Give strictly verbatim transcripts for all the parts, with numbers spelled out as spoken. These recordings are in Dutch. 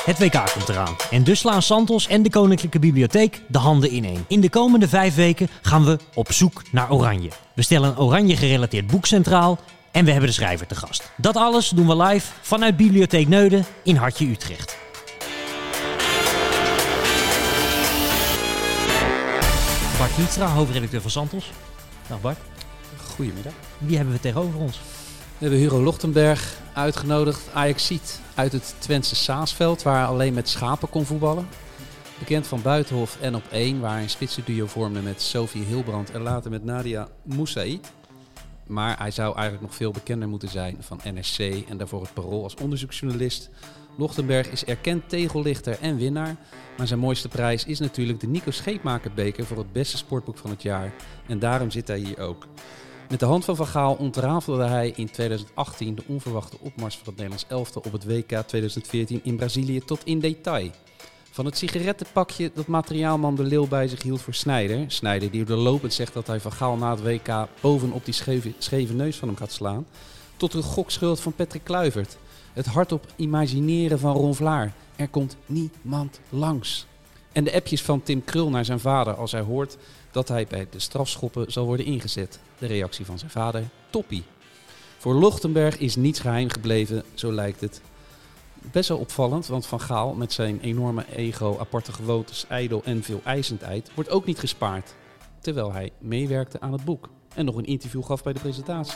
Het W K komt eraan en dus slaan Santos en de Koninklijke Bibliotheek de handen ineen. In de komende vijf weken gaan we op zoek naar Oranje. We stellen een Oranje gerelateerd boek centraal en we hebben de schrijver te gast. Dat alles doen we live vanuit Bibliotheek Neuden in Hartje Utrecht. Bart Kietstra, hoofdredacteur van Santos. Dag Bart. Goedemiddag. Wie hebben we tegenover ons? We hebben Hugo Lochtenberg uitgenodigd, Ajaxiet uit het Twentse Saasveld, waar hij alleen met schapen kon voetballen. Bekend van Buitenhof en Op één, waar hij een spitsenduo vormde met Sophie Hilbrand en later met Nadia Moussaïd. Maar hij zou eigenlijk nog veel bekender moeten zijn van N R C en daarvoor het Parool als onderzoeksjournalist. Lochtenberg is erkend tegellichter en winnaar, maar zijn mooiste prijs is natuurlijk de Nico Scheepmakerbeker voor het beste sportboek van het jaar. En daarom zit hij hier ook. Met de hand van Van Gaal ontrafelde hij in tweeduizend achttien de onverwachte opmars van het Nederlands elftal op het W K tweeduizend veertien in Brazilië tot in detail. Van het sigarettenpakje dat materiaalman De Leeuw bij zich hield voor Sneijder. Sneijder die doorlopend zegt dat hij Van Gaal na het W K bovenop die scheve, scheve neus van hem gaat slaan. Tot de gokschuld van Patrick Kluivert. Het hardop imagineren van Ron Vlaar. Er komt niemand langs. En de appjes van Tim Krul naar zijn vader als hij hoort dat hij bij de strafschoppen zal worden ingezet. De reactie van zijn vader, toppie. Voor Lochtenberg is niets geheim gebleven, zo lijkt het. Best wel opvallend, want Van Gaal met zijn enorme ego, aparte gewoontes, ijdel en veel eisendheid wordt ook niet gespaard. Terwijl hij meewerkte aan het boek en nog een interview gaf bij de presentatie.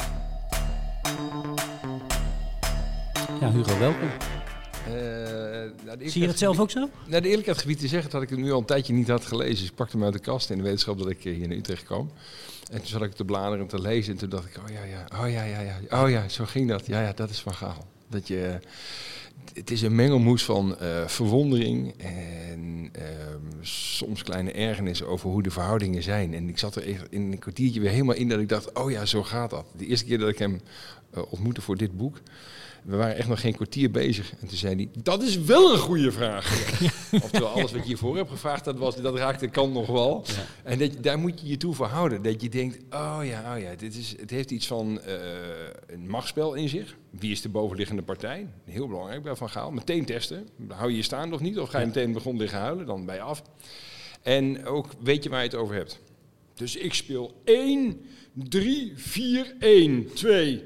Ja, Hugo, welkom. Uh, nou, Zie je dat zelf ook zo? Nou, de eerlijkheid gebied te zeggen dat ik het nu al een tijdje niet had gelezen. Dus ik pakte hem uit de kast in de wetenschap dat ik hier in Utrecht kwam. En toen zat ik te bladeren en te lezen en toen dacht ik, oh ja, ja, oh ja, ja, ja, oh ja, zo ging dat. Ja, ja, dat is Van Gaal. Dat je, het is een mengelmoes van uh, verwondering en uh, soms kleine ergernis over hoe de verhoudingen zijn. En ik zat er even in een kwartiertje weer helemaal in dat ik dacht, oh ja, zo gaat dat. De eerste keer dat ik hem uh, ontmoette voor dit boek, we waren echt nog geen kwartier bezig. En toen zei hij, dat is wel een goede vraag. Ja. Oftewel, alles wat je hiervoor hebt gevraagd, dat, was, dat raakte de kant nog wel. Ja. En dat, daar moet je je toe verhouden. Dat je denkt, oh ja, oh ja, dit is, het heeft iets van uh, een machtsspel in zich. Wie is de bovenliggende partij? Heel belangrijk bij Van Gaal. Meteen testen. Hou je je staan of niet? Of ga je meteen op de grond liggen huilen? Dan ben je af. En ook, weet je waar je het over hebt? Dus ik speel één, drie, vier, één, twee...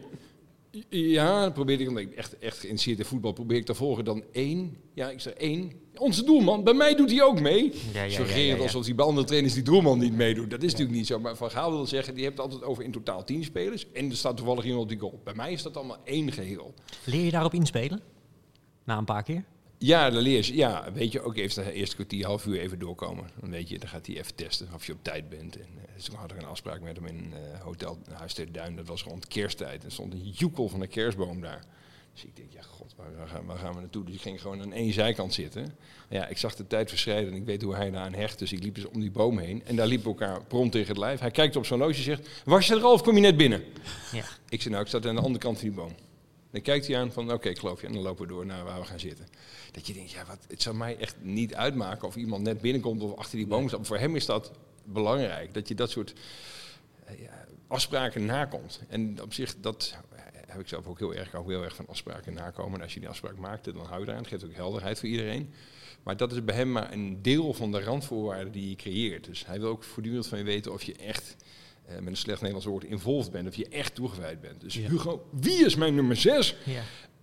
Ja, dan probeer ik, omdat ik echt, echt geïnteresseerd in voetbal, probeer ik te volgen dan één. Ja, ik zeg één. Onze doelman, bij mij doet hij ook mee. Ja, ja, Suggerend ja, ja, ja. alsof hij bij andere trainers die doelman niet meedoet. Dat is ja. natuurlijk niet zo. Maar Van Gaal wil zeggen, die heeft het altijd over in totaal tien spelers. En er staat toevallig iemand op die goal. Bij mij is dat allemaal één geheel. Leer je daarop inspelen? Na een paar keer? Ja, dan leer je, ja, weet je, ook even de eerste kwartier, half uur even doorkomen. Dan weet je, dan gaat hij even testen of je op tijd bent. En uh, toen had ik een afspraak met hem in een uh, hotel, Huis ter Duin. Dat was rond kersttijd. En er stond een joekel van een kerstboom daar. Dus ik denk, ja god, waar, waar, gaan, waar gaan we naartoe? Dus ik ging gewoon aan één zijkant zitten. Ja, ik zag de tijd verschrijden en ik weet hoe hij daar aan hecht. Dus ik liep dus om die boom heen. En daar liepen we elkaar prompt tegen het lijf. Hij kijkt op zo'n horloge en zegt, was je er al of kom je net binnen? Ja. Ik zei, nou, ik zat aan de andere kant van die boom. Dan kijkt hij aan van, oké, okay, ik geloof je. En dan lopen we door naar waar we gaan zitten. Dat je denkt, ja, wat, het zou mij echt niet uitmaken of iemand net binnenkomt of achter die boom staat. Voor hem is dat belangrijk, dat je dat soort uh, ja, afspraken nakomt. En op zich, dat heb ik zelf ook heel erg, ook heel erg van afspraken nakomen. En als je die afspraak maakt, dan hou je eraan. Het geeft ook helderheid voor iedereen. Maar dat is bij hem maar een deel van de randvoorwaarden die je creëert. Dus hij wil ook voortdurend van je weten of je echt, uh, met een slecht Nederlands woord, involved bent. Of je echt toegewijd bent. Dus ja. Hugo, wie is mijn nummer zes? Ja.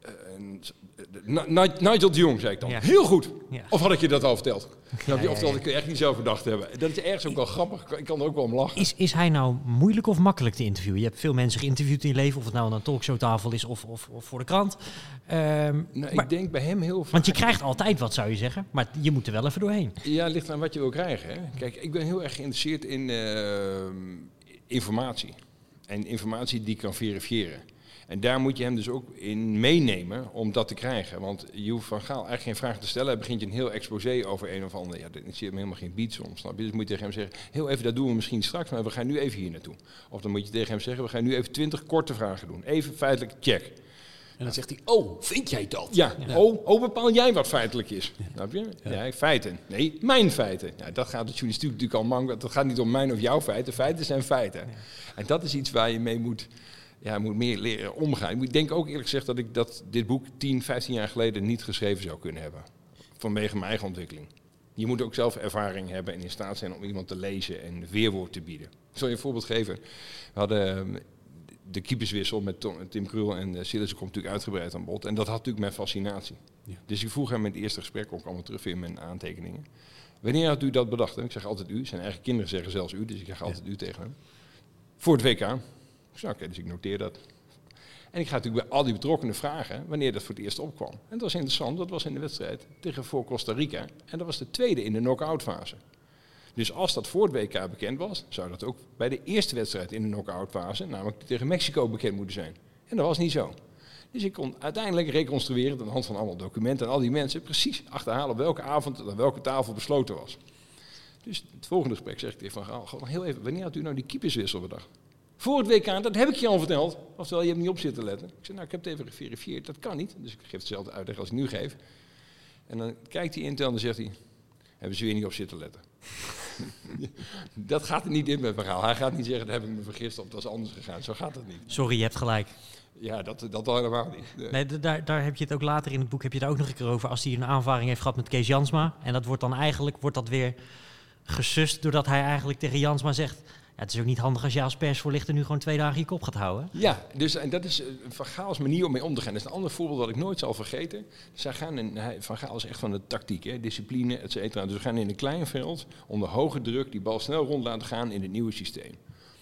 Uh, Nigel de Jong, zei ik dan. Ja. Heel goed. Ja. Of had ik je dat al verteld? Ja, ja, ja, ja. Dat ik echt niet zelf verdacht hebben. Dat is ergens ook wel grappig. Ik kan er ook wel om lachen. Is, is hij nou moeilijk of makkelijk te interviewen? Je hebt veel mensen geïnterviewd in je leven. Of het nou aan een talkshowtafel is of, of, of voor de krant. Um, nou, maar, ik denk bij hem heel vaak. Want je krijgt altijd wat, zou je zeggen. Maar je moet er wel even doorheen. Ja, het ligt aan wat je wil krijgen. Hè? Kijk, ik ben heel erg geïnteresseerd in uh, informatie. En informatie die kan verifiëren. En daar moet je hem dus ook in meenemen om dat te krijgen. Want je hoeft Van Gaal eigenlijk geen vraag te stellen. Hij begint je een heel exposé over een of ander. Ja, dat is hem helemaal geen beat soms. Snap je? Dus moet je tegen hem zeggen, heel even, dat doen we misschien straks, maar we gaan nu even hier naartoe. Of dan moet je tegen hem zeggen, we gaan nu even twintig korte vragen doen. Even feitelijk, check. En dan zegt hij, oh, vind jij dat? Ja, ja. Oh, oh, bepaal jij wat feitelijk is. Ja. Snap je? Ja. Ja, feiten. Nee, mijn feiten. Ja, dat gaat de journalistiek natuurlijk al mank. Dat gaat niet om mijn of jouw feiten. Feiten zijn feiten. Ja. En dat is iets waar je mee moet Ja, je moet meer leren omgaan. Ik denk ook eerlijk gezegd dat ik dat, dit boek tien, vijftien jaar geleden niet geschreven zou kunnen hebben. Vanwege mijn eigen ontwikkeling. Je moet ook zelf ervaring hebben en in staat zijn om iemand te lezen en weerwoord te bieden. Ik zal je een voorbeeld geven. We hadden de keeperswissel met Tom, Tim Krul en uh, Sillissen komt natuurlijk uitgebreid aan bod. En dat had natuurlijk mijn fascinatie. Ja. Dus ik vroeg hem in het eerste gesprek, ook allemaal terug in mijn aantekeningen. Wanneer had u dat bedacht? En ik zeg altijd u. Zijn eigen kinderen zeggen zelfs u, dus ik zeg altijd ja. u tegen hem. Voor het W K. Ik zei, oké, dus ik noteer dat. En ik ga natuurlijk bij al die betrokkenen vragen wanneer dat voor het eerst opkwam. En dat was interessant, dat was in de wedstrijd tegen voor Costa Rica. En dat was de tweede in de knock-out fase. Dus als dat voor het W K bekend was, zou dat ook bij de eerste wedstrijd in de knock-out fase, namelijk tegen Mexico, bekend moeten zijn. En dat was niet zo. Dus ik kon uiteindelijk reconstrueren, aan de hand van allemaal documenten en al die mensen, precies achterhalen op welke avond en aan welke tafel besloten was. Dus het volgende gesprek zeg ik tegen Van Gaal, gewoon heel even, wanneer had u nou die keeperswissel bedacht? Voor het W K, dat heb ik je al verteld. Oftewel, je hebt niet op zitten letten. Ik zei, nou, ik heb het even geverifieerd. Dat kan niet. Dus ik geef hetzelfde uitleg als ik nu geef. En dan kijkt hij intern en dan zegt hij, hebben ze weer niet op zitten letten. Dat gaat er niet in met verhaal. Hij gaat niet zeggen, daar heb ik me vergist of dat is anders gegaan. Zo gaat dat niet. Sorry, je hebt gelijk. Ja, dat, dat al helemaal niet. Nee. Nee, daar, daar heb je het ook later in het boek heb je daar ook nog een keer over. Als hij een aanvaring heeft gehad met Kees Jansma. En dat wordt dan eigenlijk wordt dat weer gesust doordat hij eigenlijk tegen Jansma zegt, ja, het is ook niet handig als je als persvoorlichter nu gewoon twee dagen je kop gaat houden. Ja, dus en dat is Van Gaal's manier om mee om te gaan. Dat is een ander voorbeeld dat ik nooit zal vergeten. Zij gaan in, Van Gaal is echt van de tactiek, hè, discipline, et cetera. Dus we gaan in een klein veld onder hoge druk die bal snel rond laten gaan in het nieuwe systeem.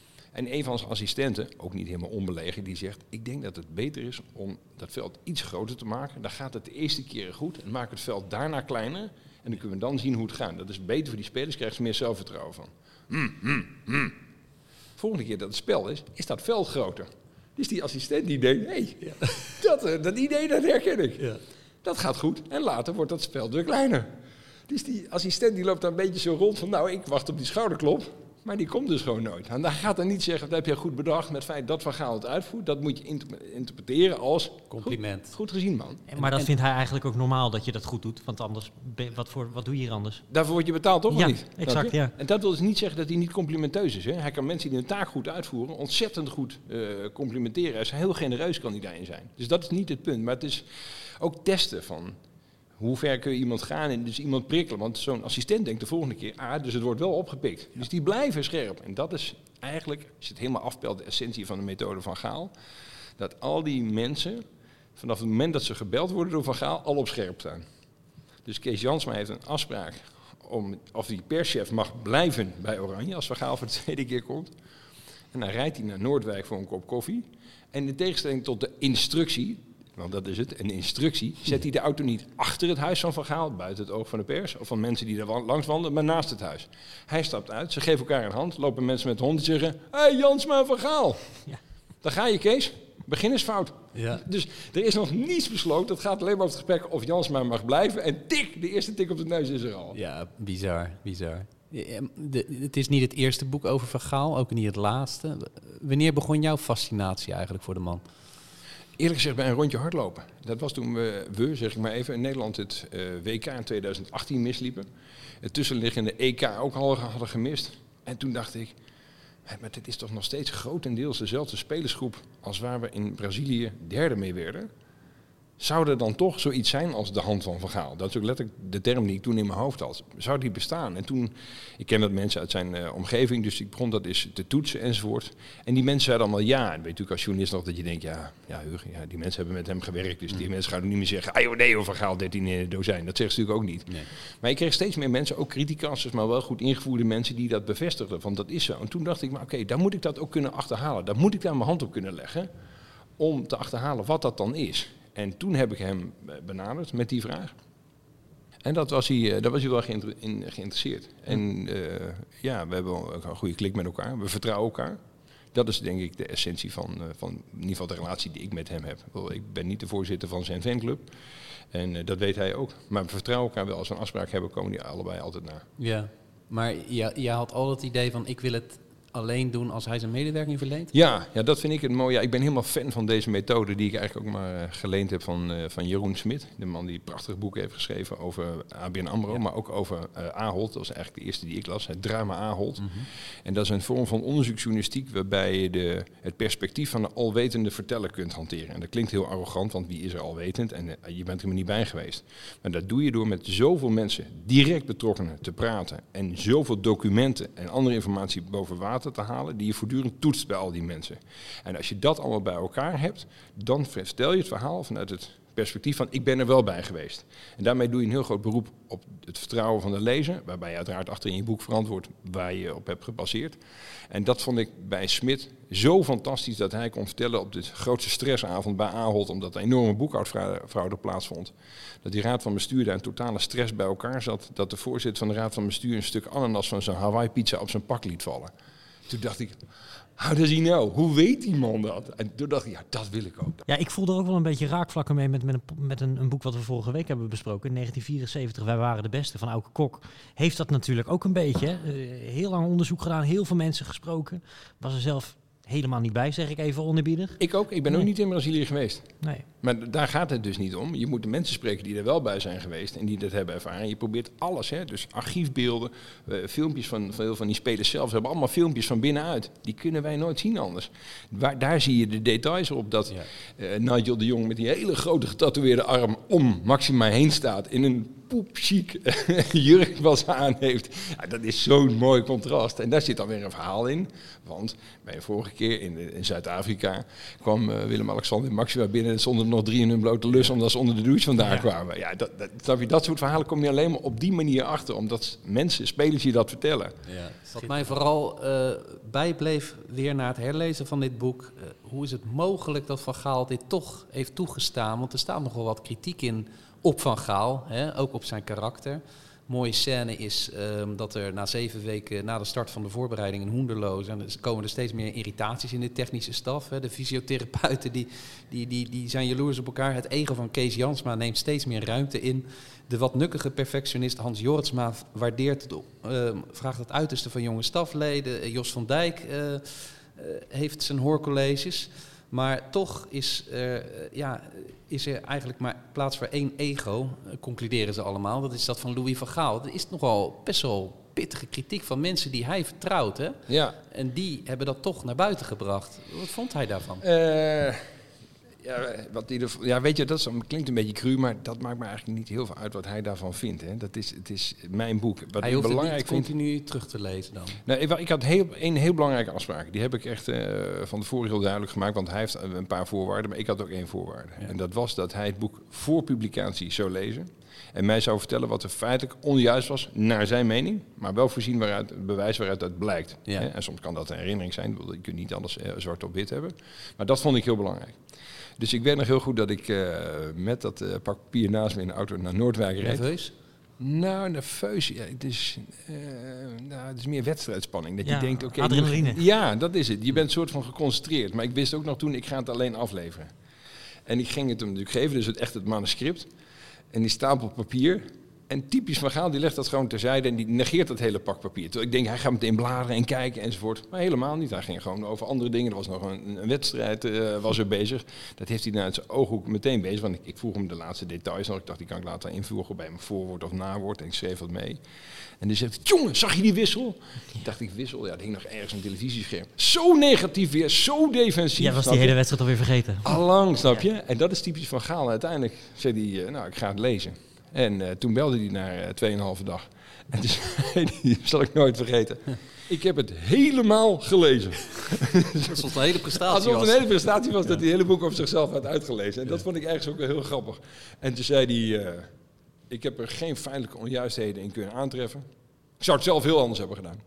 En een van zijn assistenten, ook niet helemaal onbelegen, die zegt, ik denk dat het beter is om dat veld iets groter te maken. Dan gaat het de eerste keren goed en maak het veld daarna kleiner. En dan kunnen we dan zien hoe het gaat. Dat is beter voor die spelers, krijgen ze meer zelfvertrouwen van. Mm, mm, mm. Volgende keer dat het spel is, is dat veld groter. Dus die assistent die denkt, hé, hey, ja. dat, dat idee dat herken ik. Ja. Dat gaat goed. En later wordt dat spel weer kleiner. Dus die assistent die loopt dan een beetje zo rond van, nou, ik wacht op die schouderklop. Maar die komt dus gewoon nooit. En dan gaat hij niet zeggen, dat heb je goed bedacht met het feit dat Van Gaal het uitvoert. Dat moet je inter- interpreteren als compliment. Goed, goed gezien, man. En, maar dat en, vindt hij eigenlijk ook normaal dat je dat goed doet. Want anders, wat, voor, wat doe je hier anders? Daarvoor word je betaald, toch? Ja, of niet? exact, ja. En dat wil dus niet zeggen dat hij niet complimenteus is. Hè? Hij kan mensen die een taak goed uitvoeren ontzettend goed uh, complimenteren. Hij is heel genereus kan hij daarin zijn. Dus dat is niet het punt. Maar het is ook testen van hoe ver kun je iemand gaan en dus iemand prikkelen. Want zo'n assistent denkt de volgende keer, ah, dus het wordt wel opgepikt. Ja. Dus die blijven scherp. En dat is eigenlijk, als je het helemaal afpelt, de essentie van de methode van Gaal. Dat al die mensen, vanaf het moment dat ze gebeld worden door Van Gaal, al op scherp staan. Dus Kees Jansma heeft een afspraak om of die perschef mag blijven bij Oranje als Van Gaal voor de tweede keer komt. En dan rijdt hij naar Noordwijk voor een kop koffie. En in tegenstelling tot de instructie, want dat is het, een instructie, zet hij de auto niet achter het huis van Van Gaal, buiten het oog van de pers, of van mensen die er langs wandelen, maar naast het huis. Hij stapt uit, ze geven elkaar een hand, lopen mensen met honden zeggen, hé, hey, Jansma Van Gaal. Ja. Dan ga je, Kees. Begin is fout. Ja. Dus er is nog niets besloten. Het gaat alleen maar over het gesprek of Jansma mag blijven. En tik, de eerste tik op de neus is er al. Ja, bizar, bizar. De, het is niet het eerste boek over Van Gaal, ook niet het laatste. Wanneer begon jouw fascinatie eigenlijk voor de man? Eerlijk gezegd bij een rondje hardlopen. Dat was toen we, we zeg ik maar even, in Nederland het uh, W K in tweeduizend achttien misliepen. Het tussenliggende E K ook al hadden gemist. En toen dacht ik, maar dit is toch nog steeds grotendeels dezelfde spelersgroep als waar we in Brazilië derde mee werden. Zou er dan toch zoiets zijn als de hand van Van Gaal? Dat is ook letterlijk de term die ik toen in mijn hoofd had. Zou die bestaan? En toen, ik ken dat mensen uit zijn uh, omgeving, dus ik begon dat eens te toetsen enzovoort. En die mensen zeiden allemaal ja. En weet je natuurlijk als journalist nog dat je denkt, ja, ja, Hugo, ja die mensen hebben met hem gewerkt. Dus die mm. mensen gaan niet meer zeggen, ah joh, nee joh, Van Gaal dertien in het dozijn. Dat zeggen ze natuurlijk ook niet. Nee. Maar ik kreeg steeds meer mensen, ook criticasters, maar wel goed ingevoerde mensen die dat bevestigden. Van dat is zo. En toen dacht ik, maar oké, okay, daar moet ik dat ook kunnen achterhalen. Daar moet ik daar mijn hand op kunnen leggen om te achterhalen wat dat dan is. En toen heb ik hem benaderd met die vraag. En dat was hij, daar was hij wel geïnter- in geïnteresseerd. En uh, ja, we hebben een goede klik met elkaar. We vertrouwen elkaar. Dat is denk ik de essentie van, uh, van in ieder geval de relatie die ik met hem heb. Ik ben niet de voorzitter van zijn fanclub. En uh, dat weet hij ook. Maar we vertrouwen elkaar wel. Als we een afspraak hebben, komen die allebei altijd na. Ja, maar jij, jij had al het idee van ik wil het alleen doen als hij zijn medewerking verleent? Ja, ja, dat vind ik het mooie. Ja, ik ben helemaal fan van deze methode die ik eigenlijk ook maar uh, geleend heb van, uh, van Jeroen Smit. De man die prachtige boeken heeft geschreven over A B N AMRO, ja. maar ook over uh, Ahold. Dat was eigenlijk de eerste die ik las, het drama Ahold. Mm-hmm. En dat is een vorm van onderzoeksjournalistiek waarbij je de, het perspectief van de alwetende verteller kunt hanteren. En dat klinkt heel arrogant, want wie is er alwetend? En uh, je bent er maar niet bij geweest. Maar dat doe je door met zoveel mensen, direct betrokkenen, te praten en zoveel documenten en andere informatie boven water te halen, die je voortdurend toetst bij al die mensen. En als je dat allemaal bij elkaar hebt, dan vertel je het verhaal vanuit het perspectief van ik ben er wel bij geweest. En daarmee doe je een heel groot beroep op het vertrouwen van de lezer, waarbij je uiteraard achter in je boek verantwoordt waar je op hebt gebaseerd. En dat vond ik bij Smit zo fantastisch dat hij kon vertellen op de grootste stressavond bij Ahold, omdat er enorme boekhoudfraude plaatsvond. Dat die raad van bestuur daar in totale stress bij elkaar zat, dat de voorzitter van de raad van bestuur een stuk ananas van zijn Hawaii pizza op zijn pak liet vallen. Toen dacht ik, how does he know? Hoe weet die man dat? En toen dacht ik, ja, dat wil ik ook. Ja, ik voelde er ook wel een beetje raakvlakken mee met, met, een, met een, een boek wat we vorige week hebben besproken. In negentien vierenzeventig, Wij waren de beste, van Auke Kok. Heeft dat natuurlijk ook een beetje. Hè? Uh, heel lang onderzoek gedaan, heel veel mensen gesproken. Was er zelf helemaal niet bij, zeg ik even oneerbiedig. Ik ook. Ik ben nee. ook niet in Brazilië geweest. Nee. Maar daar gaat het dus niet om. Je moet de mensen spreken die er wel bij zijn geweest en die dat hebben ervaren. Je probeert alles, hè? Dus archiefbeelden, uh, filmpjes van veel van die spelers zelf. Ze hebben allemaal filmpjes van binnenuit. Die kunnen wij nooit zien anders. Waar, daar zie je de details op dat ja. uh, Nigel de Jong met die hele grote getatoeëerde arm om Maxima heen staat in een poepchic jurk wat ze aan heeft. Ja, dat is zo'n mooi contrast. En daar zit dan weer een verhaal in. Want bij een vorige keer in, in Zuid-Afrika kwam uh, Willem-Alexander en Maxima binnen en stonden er nog drie in hun blote lus omdat ze onder de douche vandaan ja. kwamen. Ja, dat, dat, dat soort verhalen kom je alleen maar op die manier achter. Omdat mensen, spelers je dat vertellen. Ja. Wat mij vooral uh, bijbleef weer na het herlezen van dit boek. Uh, hoe is het mogelijk dat Van Gaal dit toch heeft toegestaan? Want er staat nogal wat kritiek in op Van Gaal, hè, ook op zijn karakter. Mooie scène is um, dat er na zeven weken na de start van de voorbereiding in Hoenderloo zijn, komen er steeds meer irritaties in de technische staf. Hè. De fysiotherapeuten die, die, die, die zijn jaloers op elkaar. Het ego van Kees Jansma neemt steeds meer ruimte in. De wat nukkige perfectionist Hans Jorritsma waardeert het, uh, vraagt het uiterste van jonge stafleden. Jos van Dijk uh, uh, heeft zijn hoorcolleges. Maar toch is, uh, ja, is er eigenlijk maar plaats voor één ego, uh, concluderen ze allemaal. Dat is dat van Louis van Gaal. Er is nogal best wel pittige kritiek van mensen die hij vertrouwt. Hè? Ja. En die hebben dat toch naar buiten gebracht. Wat vond hij daarvan? Uh, ja, wat die er, ja, weet je, dat is, klinkt een beetje cru, maar dat maakt me eigenlijk niet heel veel uit wat hij daarvan vindt. Hè. Dat is, het is mijn boek. Wat hij hoeft belangrijk het niet continu vind, terug te lezen dan? Nou, ik, ik had heel, een heel belangrijke afspraak. Die heb ik echt uh, van tevoren heel duidelijk gemaakt, want hij heeft een paar voorwaarden, maar ik had ook één voorwaarde. Ja. En dat was dat hij het boek voor publicatie zou lezen. En mij zou vertellen wat er feitelijk onjuist was, naar zijn mening. Maar wel voorzien waaruit, bewijs waaruit dat blijkt. Ja. En soms kan dat een herinnering zijn. Je kunt niet alles uh, zwart op wit hebben. Maar dat vond ik heel belangrijk. Dus ik weet nog heel goed dat ik uh, met dat uh, pak papier naast me in de auto naar Noordwijk reed. Nerveus? Nou, nerveus. Ja, het, is, uh, nou, het is meer wedstrijdspanning. Dat ja, je denkt, oké. Okay, adrenaline. Moet, ja, dat is het. Je bent een soort van geconcentreerd. Maar ik wist ook nog toen, ik ga het alleen afleveren. En ik ging het hem natuurlijk geven, dus het echt het manuscript. En die stapel papier. En typisch Van Gaal, die legt dat gewoon terzijde en die negeert dat hele pak papier. Terwijl ik denk, hij gaat meteen bladeren en kijken enzovoort. Maar helemaal niet. Hij ging gewoon over andere dingen. Er was nog een, een wedstrijd uh, was er bezig. Dat heeft hij uit zijn ooghoek meteen bezig. Want ik, ik vroeg hem de laatste details nog. Ik dacht, die kan ik later invoegen bij mijn voorwoord of nawoord. En ik schreef wat mee. En die zegt, jongen, zag je die wissel? Ja. Dacht ik, wissel? Ja, dat hing nog ergens een televisiescherm. Zo negatief weer, zo defensief. Ja, was die hele wedstrijd alweer vergeten. Allang, snap je? En dat is typisch Van Gaal. Uiteindelijk zei hij, uh, nou, ik ga het lezen. En uh, toen belde hij na uh, tweeënhalve dag. En toen zei hij, zal ik nooit vergeten. Ik heb het helemaal gelezen. Alsof het een hele prestatie was. Alsof het een hele prestatie was, ja. Dat hij het hele boek over zichzelf had uitgelezen. En ja. Dat vond ik eigenlijk ook wel heel grappig. En toen zei hij, uh, ik heb er geen feitelijke onjuistheden in kunnen aantreffen. Ik zou het zelf heel anders hebben gedaan.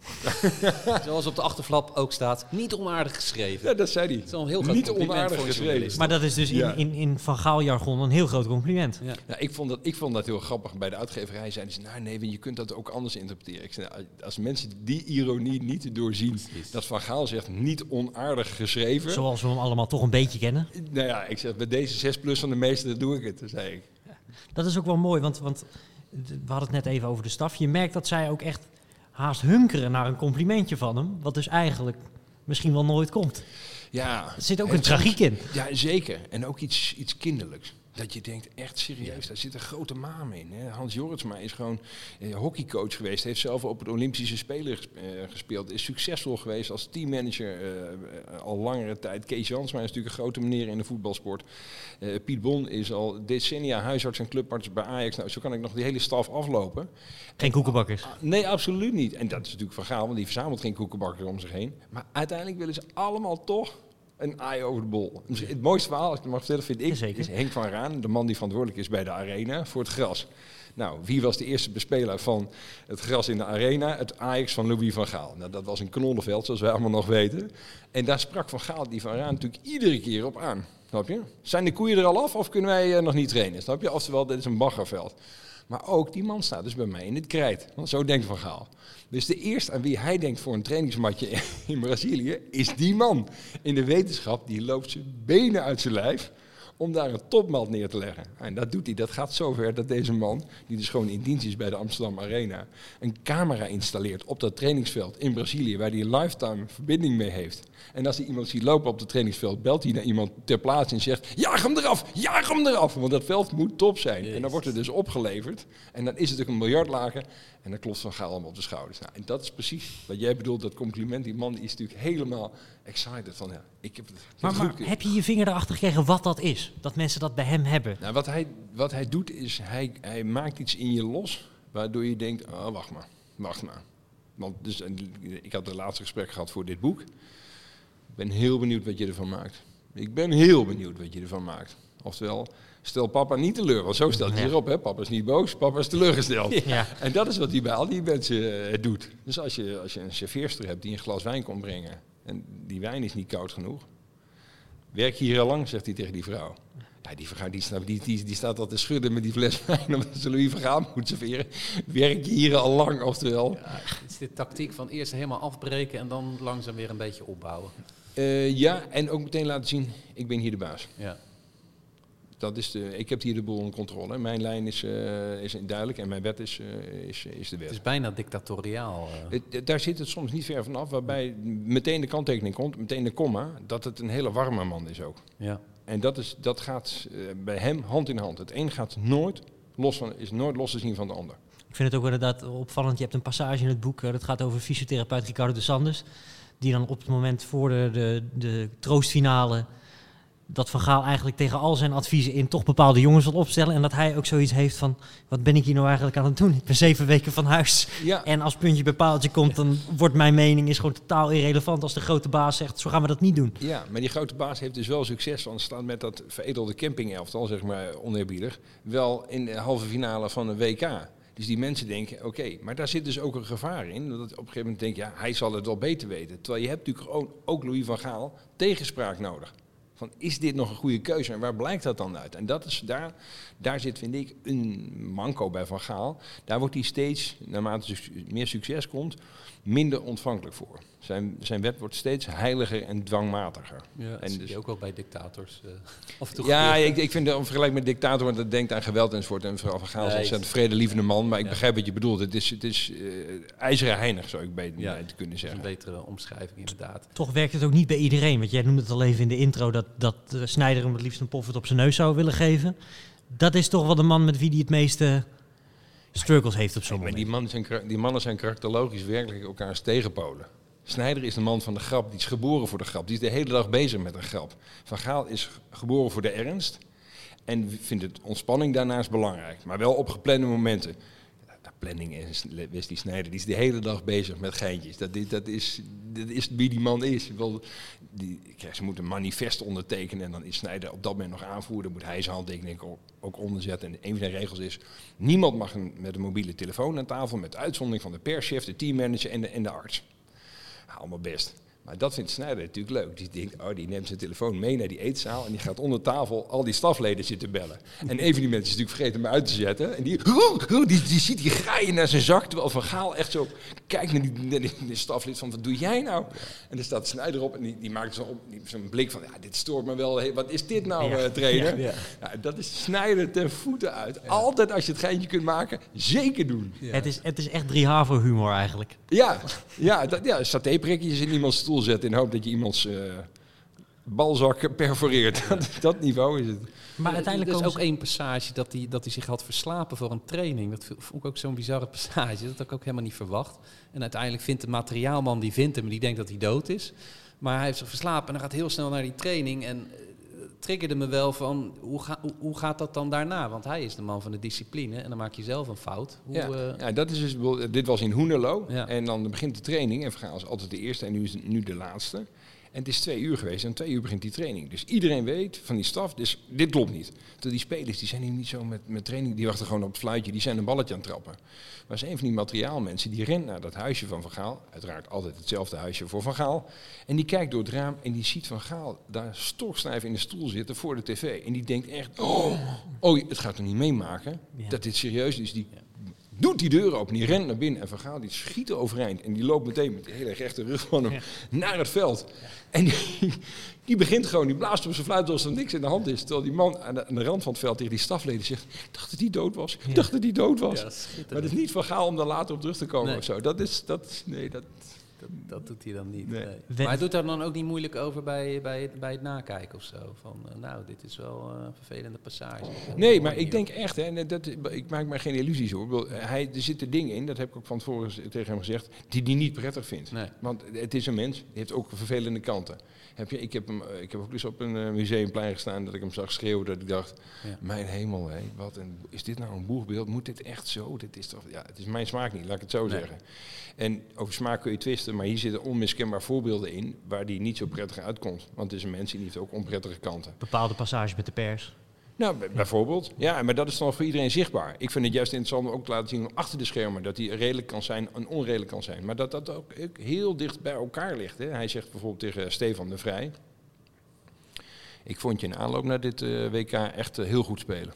Zoals op de achterflap ook staat, niet onaardig geschreven. Ja, dat zei hij. Dat is een heel groot niet onaardig geschreven. Maar dat is dus in, ja. in, in Van Gaal jargon een heel groot compliment. Ja. Ja, ik, vond dat, ik vond dat heel grappig. Bij de uitgeverij zeiden ze, nou nee, je kunt dat ook anders interpreteren. Ik zei, nou, als mensen die ironie niet doorzien, Precies. dat Van Gaal zegt niet onaardig geschreven. Zoals we hem allemaal toch een beetje kennen. Nou ja, ik zeg, bij deze zes plus van de meeste, dat doe ik het, zei ik. Ja. Dat is ook wel mooi, want... want we hadden het net even over de staf. Je merkt dat zij ook echt haast hunkeren naar een complimentje van hem. Wat dus eigenlijk misschien wel nooit komt. Ja, Er zit ook het een tragiek in. Ja, zeker. En ook iets, iets kinderlijks. Dat je denkt, echt serieus, daar zit een grote naam in. Hè? Hans Jorritsma is gewoon eh, hockeycoach geweest. Heeft zelf op het Olympische Spelen ges- eh, gespeeld. Is succesvol geweest als teammanager eh, al langere tijd. Kees Jansma is natuurlijk een grote meneer in de voetbalsport. Eh, Piet Bon is al decennia huisarts en clubarts bij Ajax. Nou, zo kan ik nog die hele staf aflopen. Geen koekenbakkers. Nee, absoluut niet. En dat is natuurlijk Van Gaal, want die verzamelt geen koekenbakkers om zich heen. Maar uiteindelijk willen ze allemaal toch een aai over de bol. Dus het mooiste verhaal, als ik het mag vertellen, vind ik, Jazeker. is Henk van Raan, de man die verantwoordelijk is bij de Arena voor het gras. Nou, wie was de eerste bespeler van het gras in de Arena? Het Ajax van Louis van Gaal. Nou, dat was een knollenveld, zoals wij allemaal nog weten. En daar sprak Van Gaal die Van Raan natuurlijk iedere keer op aan. Snap je? Zijn de koeien er al af of kunnen wij uh, nog niet trainen? Snap je? Oftewel, dit is een baggerveld. Maar ook die man staat dus bij mij in het krijt. Want zo denkt Van Gaal. Dus de eerste aan wie hij denkt voor een trainingsmatje in Brazilië is die man. In de wetenschap, die loopt zijn benen uit zijn lijf om daar een topmat neer te leggen. En dat doet hij. Dat gaat zover dat deze man, die dus gewoon in dienst is bij de Amsterdam Arena, een camera installeert op dat trainingsveld in Brazilië, waar hij een lifetime verbinding mee heeft. En als hij iemand ziet lopen op het trainingsveld, belt hij naar iemand ter plaatse en zegt, jaag hem eraf, jaag hem eraf. Want dat veld moet top zijn. Yes. En dan wordt het dus opgeleverd. En dan is het ook een miljardlager. En dan klopt Van Gaal allemaal op de schouders. Nou, en dat is precies wat jij bedoelt, dat compliment. Die man die is natuurlijk helemaal excited van, ja, ik heb het, ik heb Maar, het maar goed gedaan. heb je je vinger erachter gekregen wat dat is? Dat mensen dat bij hem hebben? Nou, wat hij, wat hij doet is, hij, hij maakt iets in je los, waardoor je denkt, oh, wacht maar, wacht maar. Want dus, en ik had het laatste gesprek gehad voor dit boek. Ik ben heel benieuwd wat je ervan maakt. Ik ben heel benieuwd wat je ervan maakt. Oftewel, stel papa niet teleur, want zo stelt hij Ja. erop. Hè? Papa is niet boos, papa is teleurgesteld. Ja. En dat is wat hij bij al die mensen eh, doet. Dus als je, als je een serveerster hebt die een glas wijn komt brengen en die wijn is niet koud genoeg, werk je hier al lang, zegt hij tegen die vrouw. Ja, die vrouw die, staat- die, die, die staat al te schudden met die fles wijn omdat ze Louis van Gaal moet serveren. Werk je hier al lang, oftewel. Ja, het is de tactiek van eerst helemaal afbreken en dan langzaam weer een beetje opbouwen. Uh, ja, en ook meteen laten zien, ik ben hier de baas. Ja. Dat is de, ik heb hier de boel onder controle. Mijn lijn is, uh, is duidelijk en mijn wet is, uh, is, is de wet. Het is bijna dictatoriaal. Uh. Het, daar zit het soms niet ver vanaf, waarbij meteen de kanttekening komt, meteen de komma, dat het een hele warme man is ook. Ja. En dat, is, dat gaat uh, bij hem hand in hand. Het een gaat nooit los van, is nooit los te zien van de ander. Ik vind het ook inderdaad opvallend. Je hebt een passage in het boek, uh, dat gaat over fysiotherapeut Ricardo de Sanders. Die dan op het moment voor de, de, de troostfinale, dat Van Gaal eigenlijk tegen al zijn adviezen in toch bepaalde jongens wil opstellen. En dat hij ook zoiets heeft van, wat ben ik hier nou eigenlijk aan het doen? Ik ben zeven weken van huis. Ja. En als puntje bij paaltje komt, dan wordt mijn mening is gewoon totaal irrelevant als de grote baas zegt, zo gaan we dat niet doen. Ja, maar die grote baas heeft dus wel succes, want staat met dat veredelde campingelftal, zeg maar oneerbiedig, wel in de halve finale van een W K. Dus die mensen denken, oké, okay, maar daar zit dus ook een gevaar in. Dat op een gegeven moment denk je, ja, hij zal het wel beter weten. Terwijl je hebt natuurlijk gewoon ook Louis van Gaal tegenspraak nodig. Van, is dit nog een goede keuze en waar blijkt dat dan uit? En dat is, daar, daar zit, vind ik, een manco bij Van Gaal. Daar wordt hij steeds, naarmate meer succes komt, minder ontvankelijk voor. Zijn, zijn wet wordt steeds heiliger en dwangmatiger. Ja, dat en zie dus, je ook wel bij dictators. Uh, af en toe ja, gebeuren. ik, ik vind het in vergelijking met dictator, want dat denkt aan geweld enzovoort. En vooral Van Gaal is Nee, een ontzettend vredelievende man, maar ik ja. begrijp wat je bedoelt. Het is, het is uh, ijzeren heinig, zou ik beter Ja, te kunnen dat is zeggen. een betere omschrijving inderdaad. Toch werkt het ook niet bij iedereen. Want jij noemde het al even in de intro dat, dat uh, Sneijder hem het liefst een poffert op zijn neus zou willen geven. Dat is toch wel de man met wie hij het meeste struggles heeft op zo'n Kijk, maar moment. die, man zijn, die mannen zijn karakterologisch werkelijk elkaars tegenpolen. Sneijder is de man van de grap, die is geboren voor de grap. Die is de hele dag bezig met een grap. Van Gaal is geboren voor de ernst en vindt het ontspanning daarnaast belangrijk. Maar wel op geplande momenten. Ja, planning is Wesley Sneijder, die is de hele dag bezig met geintjes. Dat, dat, is, dat is wie die man is. Wel, die, kijk, ze moeten een manifest ondertekenen en dan is Sneijder op dat moment nog aanvoerder. Dan moet hij zijn handtekening ook, ook onderzetten. En een van de regels is, niemand mag een, met een mobiele telefoon aan tafel, met uitzondering van de perschef, de teammanager en de, en de arts. Allemaal best. Maar dat vindt Sneijder natuurlijk leuk. Die denkt, oh, die neemt zijn telefoon mee naar die eetzaal en die gaat onder tafel al die stafleden zitten bellen. En een van die mensen is natuurlijk vergeten hem uit te zetten. En die, die, die ziet die graaien naar zijn zak, terwijl Van Gaal echt zo kijkt naar die, naar die, die staflid van, wat doe jij nou? Ja. En er staat Sneijder op en die, die maakt zo'n zo blik van, ja, dit stoort me wel. Hey, wat is dit nou, ja. uh, trainer? Ja. Ja. Ja, dat is Sneijder ten voeten uit. Ja. Altijd als je het geintje kunt maken, zeker doen. Ja. Het, is, het is echt drie Havo humor eigenlijk. Ja, ja, dat, ja satéprikjes in iemands stoel zetten in hoop dat je iemands uh, balzak perforeert. Dat, dat niveau is het. Maar uiteindelijk is ook één passage dat hij, dat hij zich had verslapen voor een training. Dat vond ik ook zo'n bizarre passage. Dat had ik ook helemaal niet verwacht. En uiteindelijk vindt de materiaalman, die vindt hem, die denkt dat hij dood is. Maar hij heeft zich verslapen en hij gaat heel snel naar die training. En uh, triggerde me wel van, hoe, ga, hoe, hoe gaat dat dan daarna? Want hij is de man van de discipline en dan maak je zelf een fout. Hoe, ja, uh... ja, dat is dus, dit was in Hoenderloo. Ja. En dan begint de training. En Vergaal is altijd de eerste en nu is het nu de laatste. En het is twee uur geweest en om twee uur begint die training. Dus iedereen weet van die staf, dus dit klopt niet. Terwijl die spelers, die zijn hier niet zo met, met training, die wachten gewoon op het fluitje, die zijn een balletje aan het trappen. Maar is een van die materiaalmensen, die rent naar dat huisje van Van Gaal, uiteraard altijd hetzelfde huisje voor Van Gaal, en die kijkt door het raam en die ziet Van Gaal daar stokstijf in de stoel zitten voor de tv. En die denkt echt, oh, oh het gaat er niet meemaken, ja. dat dit serieus is. Die doet die deur open, die rent naar binnen en Van Gaal die schiet er overeind. En die loopt meteen met de hele rechte rug van hem ja. naar het veld. Ja. En die, die begint gewoon, die blaast op zijn fluit alsof er niks in de hand is. Terwijl die man aan de, aan de rand van het veld tegen die stafleden zegt, ik dacht dat hij dood was. Ik ja. dacht dat hij dood was. Ja, maar het is niet Van Gaal om daar later op terug te komen nee. of zo. Dat is, dat, nee, dat... Dat, dat doet hij dan niet. Nee. Nee. Maar hij doet daar dan ook niet moeilijk over bij, bij, bij het nakijken of zo. Van, uh, nou, dit is wel uh, een vervelende passage. Nee, maar ik denk echt, hè, en dat, ik maak me geen illusies hoor. Hij, er zitten dingen in, dat heb ik ook van tevoren tegen hem gezegd, die hij niet prettig vindt. Nee. Want het is een mens, die heeft ook vervelende kanten. Heb je, ik, heb hem, ik heb ook dus op een uh, museumplein gestaan dat ik hem zag schreeuwen. Dat ik dacht, ja. mijn hemel, hé, wat een, is dit nou een boegbeeld? Moet dit echt zo? Dit is toch, ja, het is mijn smaak niet, laat ik het zo nee. zeggen. En over smaak kun je twisten, maar hier zitten onmiskenbaar voorbeelden in waar die niet zo prettig uitkomt. Want het is een mens die heeft ook onprettige kanten. Bepaalde passages met de pers. Nou, b- bijvoorbeeld. Ja, maar dat is dan voor iedereen zichtbaar. Ik vind het juist interessant om ook te laten zien achter de schermen dat hij redelijk kan zijn en onredelijk kan zijn. Maar dat dat ook heel dicht bij elkaar ligt. Hè. Hij zegt bijvoorbeeld tegen Stefan de Vrij, ik vond je in aanloop naar dit uh, W K echt uh, heel goed spelen.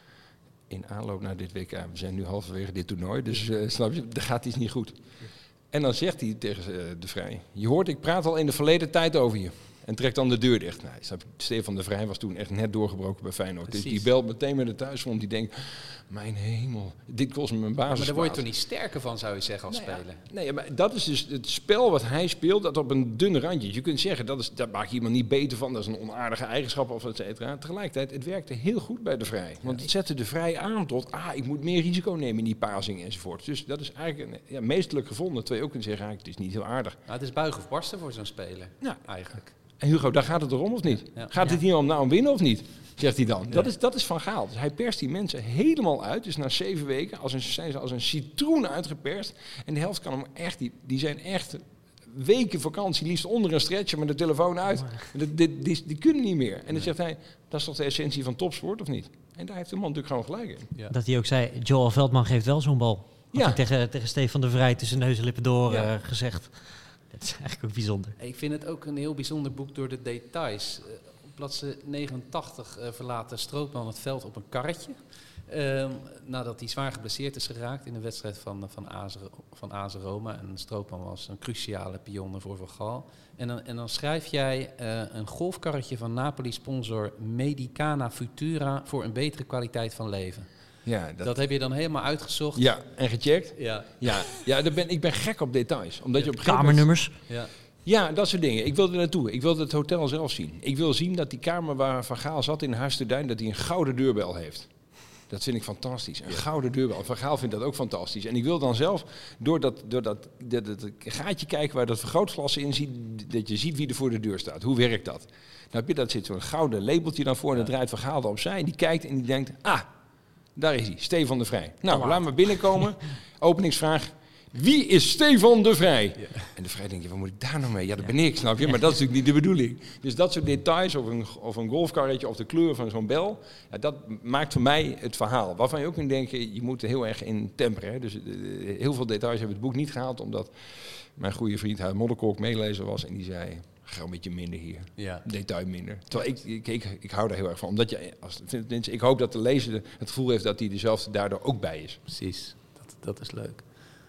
In aanloop naar dit W K, we zijn nu halverwege dit toernooi, dus uh, snap je, er gaat iets niet goed. En dan zegt hij tegen uh, de Vrij, je hoort, ik praat al in de verleden tijd over je. En trekt dan de deur dicht. Nou, snap je, Stefan de Vrij was toen echt net doorgebroken bij Feyenoord. Precies. Dus die belt meteen met de thuisfront. Die denkt, mijn hemel, dit kost me mijn basis. Maar daar word je toch niet sterker van, zou je zeggen, als nou ja, speler? Nee, maar dat is dus het spel wat hij speelt, dat op een dun randje. Je kunt zeggen, dat, is, dat maakt je iemand niet beter van. Dat is een onaardige eigenschap of et cetera. Tegelijkertijd, het werkte heel goed bij de Vrij. Want het zette de Vrij aan tot, ah, ik moet meer risico nemen in die passing enzovoort. Dus dat is eigenlijk een, ja, meestelijk gevonden. Terwijl je ook kunt zeggen, ah, het is niet heel aardig. Nou, het is buigen of barsten voor zo'n speler, ja. eigenlijk. En Hugo, daar gaat het erom of niet? Ja. Gaat het hier om nou om winnen of niet? Zegt hij dan. Ja. Dat, is, dat is Van Gaal. Dus hij perst die mensen helemaal uit. Dus na zeven weken als een, zijn ze als een citroen uitgeperst. En de helft kan hem echt, die, die zijn echt weken vakantie, liefst onder een stretcher met de telefoon uit. Die, die, die, die kunnen niet meer. En dan nee. zegt hij, dat is toch de essentie van topsport of niet? En daar heeft de man natuurlijk gewoon gelijk in. Ja. Dat hij ook zei, Joel Veldman geeft wel zo'n bal. Had ja. hij tegen, tegen Stefan de Vrij tussen neus en lippen door ja. uh, gezegd. Dat is eigenlijk ook bijzonder. Ik vind het ook een heel bijzonder boek door de details. Uh, op bladzijde negenentachtig uh, verlaat Strootman het veld op een karretje. Uh, nadat hij zwaar geblesseerd is geraakt in de wedstrijd van, van, Azen, van Azen Roma. En Strootman was een cruciale pion voor Van Gaal. En dan, en dan schrijf jij uh, een golfkarretje van Napoli-sponsor Medicana Futura voor een betere kwaliteit van leven. Ja, dat, dat heb je dan helemaal uitgezocht. Ja, en gecheckt. Ja, ja, ja daar ben, ik ben gek op details. Omdat ja. je op een kamernummers. Moment, ja. ja, dat soort dingen. Ik wilde er naartoe. Ik wilde het hotel zelf zien. Ik wil zien dat die kamer waar Van Gaal zat in Huis te Duin, dat hij een gouden deurbel heeft. Dat vind ik fantastisch. Een ja. gouden deurbel. Van Gaal vindt dat ook fantastisch. En ik wil dan zelf door dat, door dat, dat, dat, dat gaatje kijken waar dat vergrootglas in ziet, dat je ziet wie er voor de deur staat. Hoe werkt dat? Nou heb je dat zit zo'n gouden labeltje dan voor en dat draait Van Gaal opzij. En die kijkt en die denkt, ah, daar is hij, Stefan de Vrij. Nou, oh, laat maar binnenkomen. Openingsvraag. Wie is Stefan de Vrij? Ja. En de Vrij denkt, wat moet ik daar nou mee? Ja, dat ben ik, snap je? Maar dat is natuurlijk niet de bedoeling. Dus dat soort details, of een, of een golfkarretje, of de kleur van zo'n bel, ja, dat maakt voor mij het verhaal. Waarvan je ook kunt denken, je moet er heel erg in temperen. Hè? Dus uh, heel veel details hebben het boek niet gehaald, omdat mijn goede vriend Huid Modderkolk meelezer was. En die zei, ga een beetje minder hier. Ja. Detail minder. Terwijl ik, ik, ik, ik hou daar heel erg van. Omdat je, als, ik hoop dat de lezer het gevoel heeft dat hij er zelf daardoor ook bij is. Precies, dat, dat is leuk.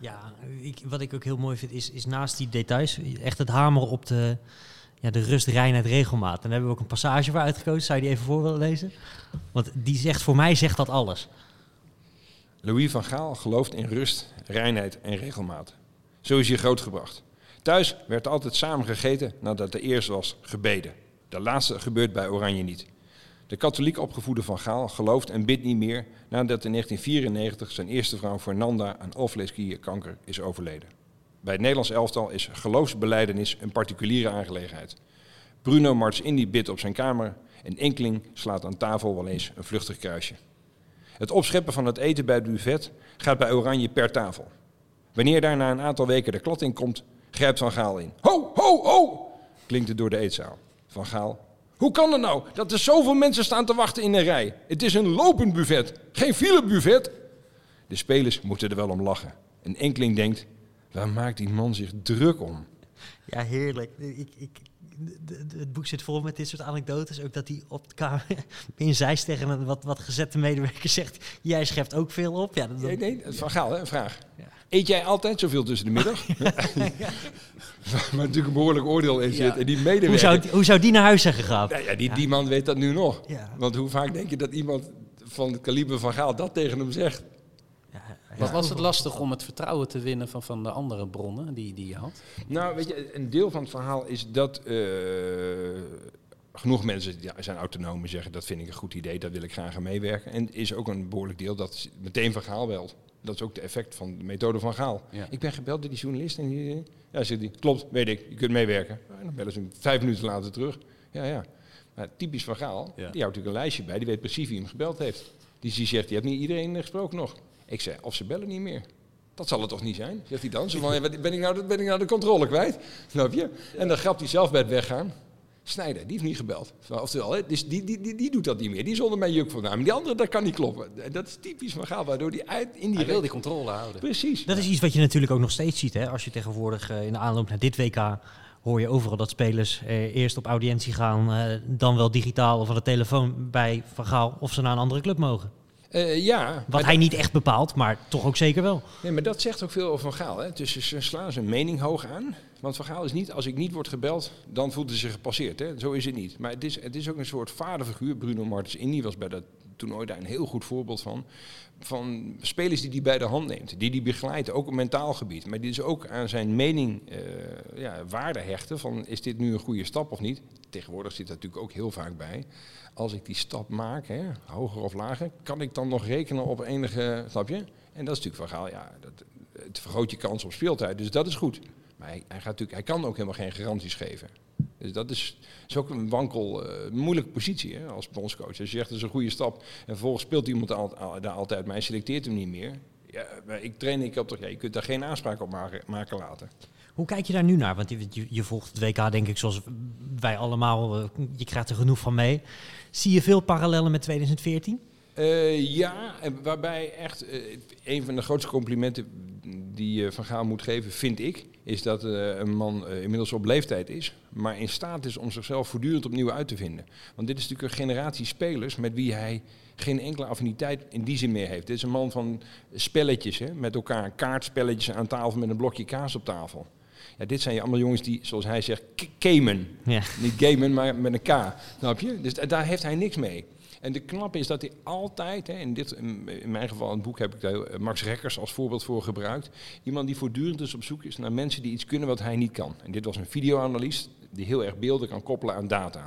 Ja, ik, wat ik ook heel mooi vind is, is naast die details echt het hameren op de, ja, de rust, reinheid, regelmaat. En daar hebben we ook een passage voor uitgekozen. Zou je die even voor willen lezen? Want die zegt, voor mij zegt dat alles. Louis van Gaal gelooft in rust, reinheid en regelmaat. Zo is hij grootgebracht. Thuis werd altijd samen gegeten nadat er eerst was gebeden. De laatste gebeurt bij Oranje niet. De katholiek opgevoede Van Gaal gelooft en bidt niet meer nadat in negentien vierennegentig zijn eerste vrouw Fernanda aan alvleesklierkanker is overleden. Bij het Nederlands elftal is geloofsbelijdenis een particuliere aangelegenheid. Bruno Martins Indy bidt op zijn kamer en Enkeling slaat aan tafel wel eens een vluchtig kruisje. Het opscheppen van het eten bij het buffet gaat bij Oranje per tafel. Wanneer daar na een aantal weken de klad in komt, grijpt Van Gaal in. Ho, ho, ho! Klinkt het door de eetzaal. Van Gaal. Hoe kan het nou dat er zoveel mensen staan te wachten in een rij? Het is een lopend buffet, geen filebuffet. De spelers moeten er wel om lachen. Een Enkeling denkt, waar maakt die man zich druk om? Ja, heerlijk. Ik, ik, de, de, het boek zit vol met dit soort anekdotes. Ook dat hij op de kamer in zijs tegen een wat, wat gezette medewerker zegt, jij schept ook veel op. Ja, dat, Nee, nee, Van Gaal, hè, een vraag. Ja. Eet jij altijd zoveel tussen de middag? Ja. Waar natuurlijk een behoorlijk oordeel in zit. Ja. En die medewerker... Hoe zou, hoe zou die naar huis zijn gegaan? Ja, ja, die, Ja. die man weet dat nu nog. Ja. Want hoe vaak denk je dat iemand van het kaliber van Gaal dat tegen hem zegt? Ja, ja. Wat was het lastig om het vertrouwen te winnen van, van de andere bronnen die, die je had? Nou, weet je, een deel van het verhaal is dat uh, genoeg mensen ja, zijn autonoom en zeggen dat vind ik een goed idee, daar wil ik graag aan meewerken. En is ook een behoorlijk deel dat meteen Van Gaal belt. Dat is ook de effect van de methode van Gaal. Ja. Ik Ik ben gebeld door die journalist en die, ja, zegt die, klopt, weet ik, je kunt meewerken. En dan bellen ze hem vijf minuten later terug. Ja, ja. Maar typisch Van Gaal, Ja. die houdt natuurlijk een lijstje bij, die weet precies wie hem gebeld heeft. Die, die zegt, je hebt niet iedereen gesproken nog. Ik zei, of ze bellen niet meer. Dat zal het toch niet zijn? Zegt hij dan. Zo van, ben, ik nou, ben ik nou de controle kwijt? Snap je? En dan grapt hij zelf bij het weggaan. Snijder, die heeft niet gebeld. Oftewel, hè, dus die, die, die, die doet dat niet meer. Die is onder mijn juk van naam. Die andere, dat kan niet kloppen. Dat is typisch Van Gaal, waardoor die uit in die... Hij wil die controle houden. Precies. Dat is iets wat je natuurlijk ook nog steeds ziet. Hè? Als je tegenwoordig uh, in de aanloop naar dit W K hoor je overal dat spelers uh, eerst op audiëntie gaan, uh, dan wel digitaal of aan de telefoon bij Van Gaal of ze naar een andere club mogen. Uh, ja. Wat maar hij dat, niet echt bepaalt, maar toch ook zeker wel. nee, maar dat zegt ook veel over Van Gaal. Hè. Dus ze slaan zijn mening hoog aan. Want Van Gaal is niet, als ik niet word gebeld, dan voelt hij zich gepasseerd. Hè. Zo is het niet. Maar het is, het is ook een soort vaderfiguur. Bruno Martins Indy was bij dat toernooi daar een heel goed voorbeeld van. Van spelers die hij bij de hand neemt. Die hij begeleidt, ook op mentaal gebied. Maar die dus ook aan zijn mening uh, ja, waarde hechten. Van is dit nu een goede stap of niet? Tegenwoordig zit er natuurlijk ook heel vaak bij. Als ik die stap maak, hè, hoger of lager, kan ik dan nog rekenen op enige, snap je? En dat is natuurlijk Van Gaal, ja, dat, het vergroot je kans op speeltijd, dus dat is goed. Maar hij, hij, gaat natuurlijk, hij kan ook helemaal geen garanties geven. Dus dat is, is ook een wankel, uh, moeilijke positie hè, als bondscoach. Als je zegt dat is een goede stap en vervolgens speelt iemand al, al, daar altijd, maar hij selecteert hem niet meer. Ja, maar ik train, ik heb toch, ja, je kunt daar geen aanspraak op maken, maken laten. Hoe kijk je daar nu naar? Want je, je, je volgt het W K denk ik zoals wij allemaal, uh, je krijgt er genoeg van mee. Zie je veel parallellen met twintig veertien? Uh, ja, en waarbij echt uh, een van de grootste complimenten die je Van Gaal moet geven, vind ik, is dat uh, een man uh, inmiddels op leeftijd is, maar in staat is om zichzelf voortdurend opnieuw uit te vinden. Want dit is natuurlijk een generatie spelers met wie hij geen enkele affiniteit in die zin meer heeft. Dit is een man van spelletjes, hè, met elkaar, kaartspelletjes aan tafel met een blokje kaas op tafel. Ja, dit zijn allemaal jongens die, zoals hij zegt, k- gamen. Ja. Niet gamen, maar met een K. Snap je? Dus daar heeft hij niks mee. En de knap is dat hij altijd, hè, in, dit, in mijn geval in het boek heb ik daar Max Rekkers als voorbeeld voor gebruikt. Iemand die voortdurend dus op zoek is naar mensen die iets kunnen wat hij niet kan. En dit was een videoanalist die heel erg beelden kan koppelen aan data.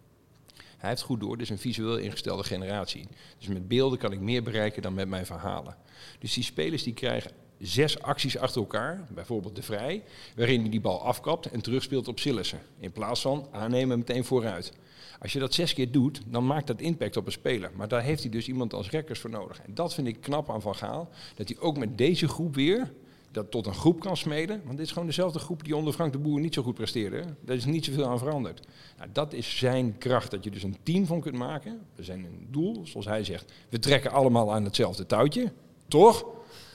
Hij heeft goed door, dit is een visueel ingestelde generatie. Dus met beelden kan ik meer bereiken dan met mijn verhalen. Dus die spelers die krijgen zes acties achter elkaar, bijvoorbeeld de vrij, waarin hij die bal afkapt en terugspeelt op Sillissen. In plaats van aannemen meteen vooruit. Als je dat zes keer doet, dan maakt dat impact op een speler. Maar daar heeft hij dus iemand als Rekkers voor nodig. En dat vind ik knap aan Van Gaal, dat hij ook met deze groep weer dat tot een groep kan smeden. Want dit is gewoon dezelfde groep die onder Frank de Boer niet zo goed presteerde. Daar is niet zoveel aan veranderd. Nou, dat is zijn kracht, dat je dus een team van kunt maken. We zijn een doel, zoals hij zegt. We trekken allemaal aan hetzelfde touwtje, toch?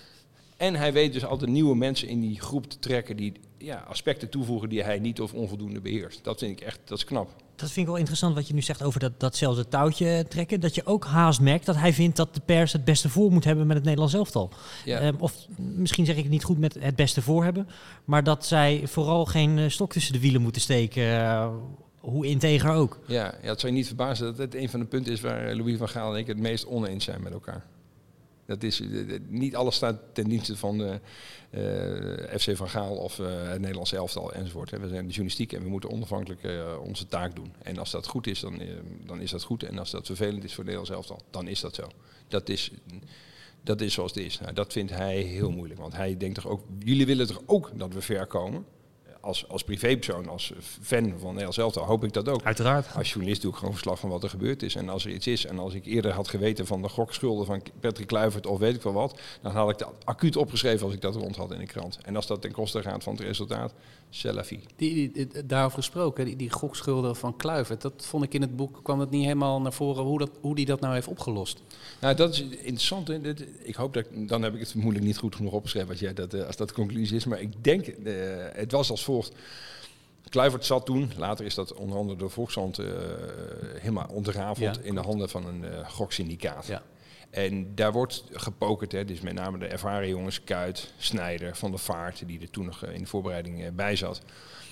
En hij weet dus altijd nieuwe mensen in die groep te trekken die ja, aspecten toevoegen die hij niet of onvoldoende beheerst. Dat vind ik echt, dat is knap. dat vind ik wel interessant wat je nu zegt over dat, datzelfde touwtje trekken. Dat je ook haast merkt dat hij vindt dat de pers het beste voor moet hebben met het Nederlands elftal. Ja. Um, of misschien zeg ik het niet goed met het beste voor hebben. Maar dat zij vooral geen uh, stok tussen de wielen moeten steken. Uh, hoe integer ook. Ja, ja, het zou je niet verbazen dat het een van de punten is waar Louis van Gaal en ik het meest oneens zijn met elkaar. Dat is, niet alles staat ten dienste van de uh, F C Van Gaal of uh, het Nederlandse elftal enzovoort. We zijn de journalistiek en we moeten onafhankelijk uh, onze taak doen. En als dat goed is, dan, uh, dan is dat goed. En als dat vervelend is voor het Nederlands elftal, dan is dat zo. Dat is, dat is zoals het is. Nou, dat vindt hij heel moeilijk. Want hij denkt toch ook, jullie willen toch ook dat we ver komen? Als, als privépersoon, als fan van Nederlands elftal hoop ik dat ook. Uiteraard. Als journalist doe ik gewoon verslag van wat er gebeurd is. En als er iets is, en als ik eerder had geweten van de gokschulden van Patrick Kluivert of weet ik wel wat, dan had ik dat acuut opgeschreven als ik dat rond had in de krant. En als dat ten koste gaat van het resultaat, c'est la vie. Die, die, daarover gesproken, die, die gokschulden van Kluivert, dat vond ik in het boek, kwam het niet helemaal naar voren hoe, dat, hoe die dat nou heeft opgelost. Nou, dat is interessant. Hè? Ik hoop dat, dan heb ik het vermoedelijk niet goed genoeg opgeschreven als, jij dat, als dat de conclusie is. Maar ik denk, uh, het was als volgt. Kluivert zat toen, later is dat onder andere door Volkskrant uh, helemaal ontrafeld ja, in de handen van een uh, goksyndicaat. Ja. En daar wordt gepokerd, hè, dus met name de ervaren jongens, Kuyt, Sneijder, Van der Vaart, die er toen nog in de voorbereiding uh, bij zat.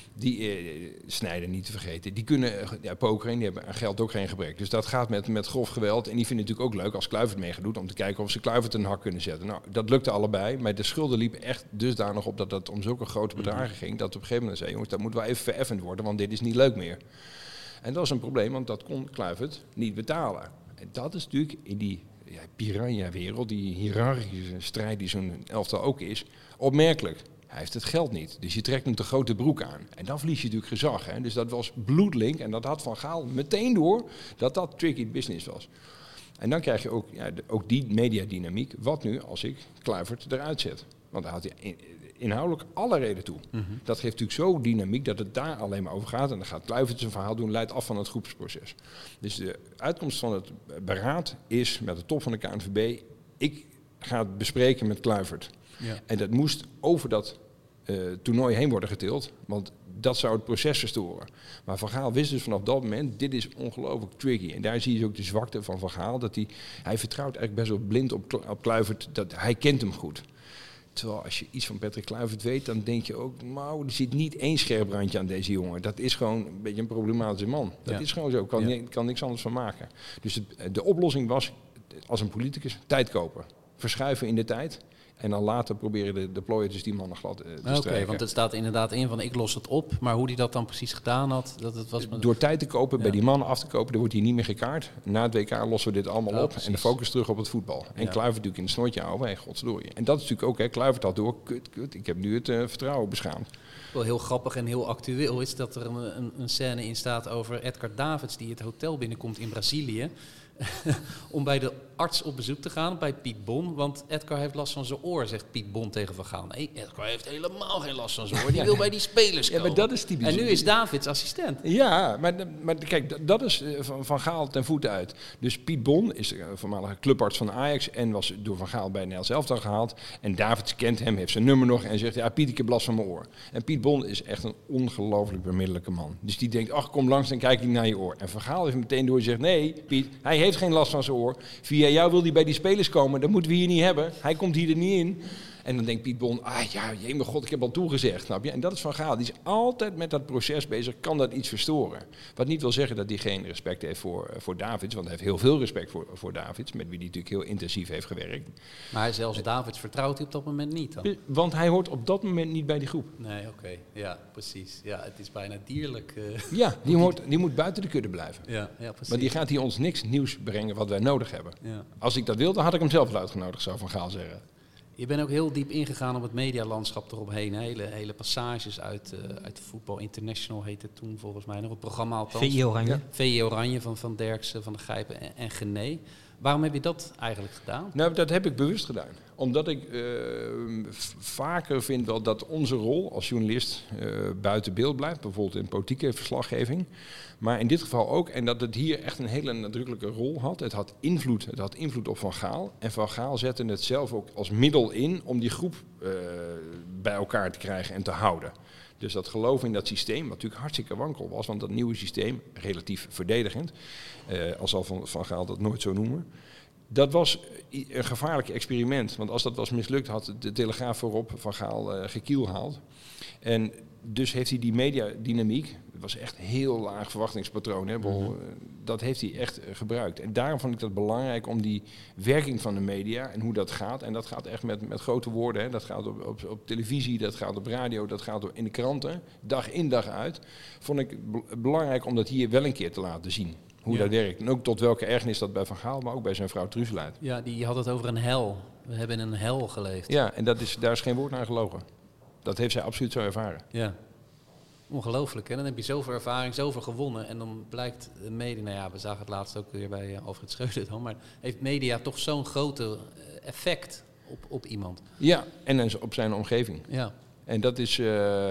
Die uh, Sneijder niet te vergeten, die kunnen uh, ja, pokeren en die hebben aan geld ook geen gebrek. Dus dat gaat met, met grof geweld en die vinden het natuurlijk ook leuk als Kluivert meegedoet om te kijken of ze Kluivert een hak kunnen zetten. Nou, dat lukte allebei, maar de schulden liepen echt dusdanig op dat het om zulke grote bedragen ging, dat op een gegeven moment zei, jongens, dat moet wel even vereffend worden, want dit is niet leuk meer. En dat was een probleem, want dat kon Kluivert niet betalen. En dat is natuurlijk in die ja, piranha-wereld, die hiërarchische strijd die zo'n elftal ook is, opmerkelijk. Hij heeft het geld niet, dus je trekt hem te grote broek aan. En dan verlies je natuurlijk gezag. Hè? Dus dat was bloedlink en dat had Van Gaal meteen door dat dat tricky business was. En dan krijg je ook, ja, de, ook die mediadynamiek. Wat nu als ik Kluivert eruit zet? Want daar had hij in, inhoudelijk alle reden toe. Mm-hmm. Dat geeft natuurlijk zo dynamiek dat het daar alleen maar over gaat. En dan gaat Kluivert zijn verhaal doen, leidt af van het groepsproces. Dus de uitkomst van het beraad is met de top van de K N V B... ik ga het bespreken met Kluivert. Ja. En dat moest over dat uh, toernooi heen worden getild, want dat zou het proces verstoren. Maar Van Gaal wist dus vanaf dat moment, dit is ongelooflijk tricky. En daar zie je dus ook de zwakte van Van Gaal, dat hij, hij vertrouwt eigenlijk best wel blind op, op Kluivert, dat hij kent hem goed. Terwijl als je iets van Patrick Kluivert weet, dan denk je ook, nou, er zit niet één scherp randje aan deze jongen. Dat is gewoon een beetje een problematische man. Dat ja. is gewoon zo, kan, ja. kan niks anders van maken. Dus het, de oplossing was, als een politicus, tijd kopen. Verschuiven in de tijd. En dan later proberen de deployers die mannen glad uh, te strijken. Oké, okay, want het staat inderdaad in van ik los het op. Maar hoe hij dat dan precies gedaan had, dat het was... Door tijd te kopen, ja. bij die mannen af te kopen, dan wordt hij niet meer gekaart. Na het W K lossen we dit allemaal ja, op precies. En de focus terug op het voetbal. En ja. Kluivert natuurlijk in het snootje houden, hey, godsdorie. En dat is natuurlijk ook, hè, Kluivert had door, kut, kut, ik heb nu het uh, vertrouwen beschaamd. Wel heel grappig en heel actueel is dat er een, een, een scène in staat over Edgar Davids die het hotel binnenkomt in Brazilië. Om bij de arts op bezoek te gaan, bij Piet Bon. Want Edgar heeft last van zijn oor, zegt Piet Bon tegen Van Gaal. Nee, Edgar heeft helemaal geen last van zijn oor. Die wil bij die spelers komen. Ja, maar dat is typisch. En nu is Davids assistent. Ja, maar, maar kijk, dat is van, van Gaal ten voeten uit. Dus Piet Bon is de voormalige clubarts van Ajax en was door Van Gaal bij Nederlands elftal gehaald. En Davids kent hem, heeft zijn nummer nog en zegt, ja, Piet, ik heb last van mijn oor. En Piet Bon is echt een ongelooflijk bemiddelijke man. Dus die denkt, ach, kom langs en kijk ik naar je oor. En Van Gaal heeft meteen door en zegt, nee, Piet, hij heeft geen last van zijn oor. Via jou wil hij bij die spelers komen. Dat moeten we hier niet hebben. Hij komt hier er niet in. En dan denkt Piet Bon, ah ja, jee, mijn god, ik heb al toegezegd. Snap je? En dat is Van Gaal. Die is altijd met dat proces bezig. Kan dat iets verstoren? Wat niet wil zeggen dat hij geen respect heeft voor, voor Davids. Want hij heeft heel veel respect voor, voor Davids. Met wie hij natuurlijk heel intensief heeft gewerkt. Maar zelfs Davids vertrouwt hij op dat moment niet dan? Want hij hoort op dat moment niet bij die groep. Nee, oké. Okay. Ja, precies. Ja, het is bijna dierlijk. Uh, ja, die, hoort, die moet buiten de kudde blijven. Ja, ja, precies. Maar die gaat hier ons niks nieuws brengen wat wij nodig hebben. Ja. Als ik dat wilde, had ik hem zelf uitgenodigd, zou Van Gaal zeggen. Je bent ook heel diep ingegaan op het medialandschap eromheen. Hele, hele passages uit, uh, uit Voetbal International heette het toen volgens mij nog. Het programma althans. V I Oranje. Ja. V I Oranje van, van Derksen, Van der Gijpen en, en Gené. Waarom heb je dat eigenlijk gedaan? Nou, dat heb ik bewust gedaan. Omdat ik uh, v- vaker vind wel dat onze rol als journalist uh, buiten beeld blijft. Bijvoorbeeld in politieke verslaggeving. Maar in dit geval ook. En dat het hier echt een hele nadrukkelijke rol had. Het had invloed, het had invloed op Van Gaal. En Van Gaal zette het zelf ook als middel in om die groep uh, bij elkaar te krijgen en te houden. Dus dat geloof in dat systeem, wat natuurlijk hartstikke wankel was, want dat nieuwe systeem, relatief verdedigend, uh, al zal Van, van Gaal dat nooit zo noemen, dat was een gevaarlijk experiment. Want als dat was mislukt, had de Telegraaf voorop Van Gaal uh, gekielhaald. En dus heeft hij die mediadynamiek, het was echt heel laag verwachtingspatroon, hè, Bol, mm-hmm. dat heeft hij echt uh, gebruikt. En daarom vond ik dat belangrijk om die werking van de media en hoe dat gaat. En dat gaat echt met, met grote woorden, hè. Dat gaat op, op, op televisie, dat gaat op radio, dat gaat op, in de kranten, dag in dag uit. Vond ik be- belangrijk om dat hier wel een keer te laten zien. Hoe ja. dat werkt. En ook tot welke ergernis dat bij Van Gaal, maar ook bij zijn vrouw Truus leidt. Ja, die had het over een hel. We hebben in een hel geleefd. Ja, en dat is, daar is geen woord naar gelogen. Dat heeft zij absoluut zo ervaren. Ja. Ongelooflijk, hè? Dan heb je zoveel ervaring, zoveel gewonnen. En dan blijkt de media, nou ja, we zagen het laatst ook weer bij uh, Alfred Schreuder dan, maar heeft media toch zo'n grote effect op, op iemand? Ja, en op zijn omgeving. Ja. En dat is... Uh,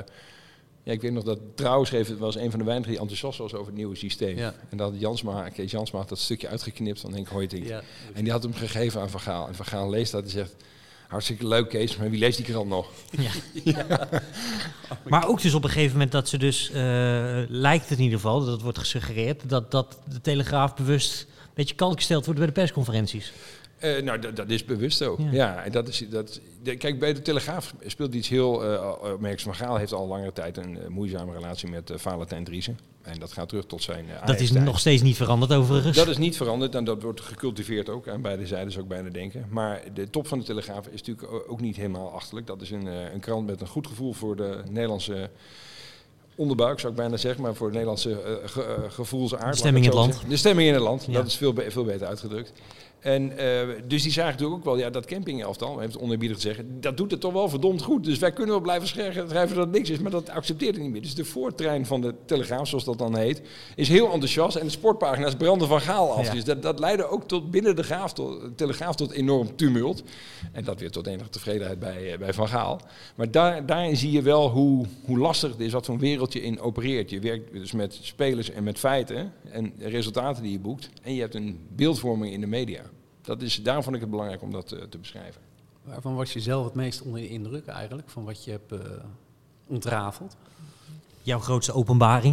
Ja, ik weet nog dat Trouw schreef, het was een van de weinigen die enthousiast was over het nieuwe systeem. Ja. En dat had Jansma, Kees Jansma had dat stukje uitgeknipt van Henk Hoytink. Ja. En die had hem gegeven aan Van Gaal. En Van Gaal leest dat en zegt, hartstikke leuk Kees, maar wie leest die krant nog? Ja. Ja. Maar ook dus op een gegeven moment dat ze dus, uh, lijkt het in ieder geval, dat wordt gesuggereerd, dat, dat de Telegraaf bewust een beetje kalk gesteld wordt bij de persconferenties. Uh, nou, dat, dat is bewust ook. Ja, ja en dat is, dat, de, kijk, bij de Telegraaf speelt iets heel... Uh, Merks van Gaal heeft al langere tijd een uh, moeizame relatie met uh, Valentijn Driessen. En dat gaat terug tot zijn uh, Dat is nog steeds niet veranderd overigens. Dat is niet veranderd en dat wordt gecultiveerd ook. Aan beide zijden zou ik bijna denken. Maar de top van de Telegraaf is natuurlijk ook niet helemaal achterlijk. Dat is een, uh, een krant met een goed gevoel voor de Nederlandse... onderbuik, zou ik bijna zeggen, maar voor de Nederlandse uh, ge, uh, gevoelsaard. De stemming in het land. Zeggen. De stemming in het land, ja. Dat is veel, be- veel beter uitgedrukt. En uh, dus die zagen natuurlijk ook wel, ja, dat campingelftal, we hebben het oneerbiedig te zeggen, dat doet het toch wel verdomd goed. Dus wij kunnen wel blijven schrijven dat het niks is, maar dat accepteert het niet meer. Dus de voortrein van de Telegraaf, zoals dat dan heet, is heel enthousiast en de sportpagina's branden Van Gaal af. Ja. Dus dat, dat leidde ook tot binnen de graaf, tot, de Telegraaf tot enorm tumult. En dat weer tot enige tevredenheid bij, uh, bij Van Gaal. Maar daar, daarin zie je wel hoe, hoe lastig het is, wat zo'n wereldje in opereert. Je werkt dus met spelers en met feiten en resultaten die je boekt. En je hebt een beeldvorming in de media. Dat is, daarom vond ik het belangrijk om dat uh, te beschrijven. Waarvan was je zelf het meest onder de indruk eigenlijk, van wat je hebt uh, ontrafeld? Jouw grootste openbaring?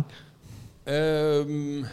Um,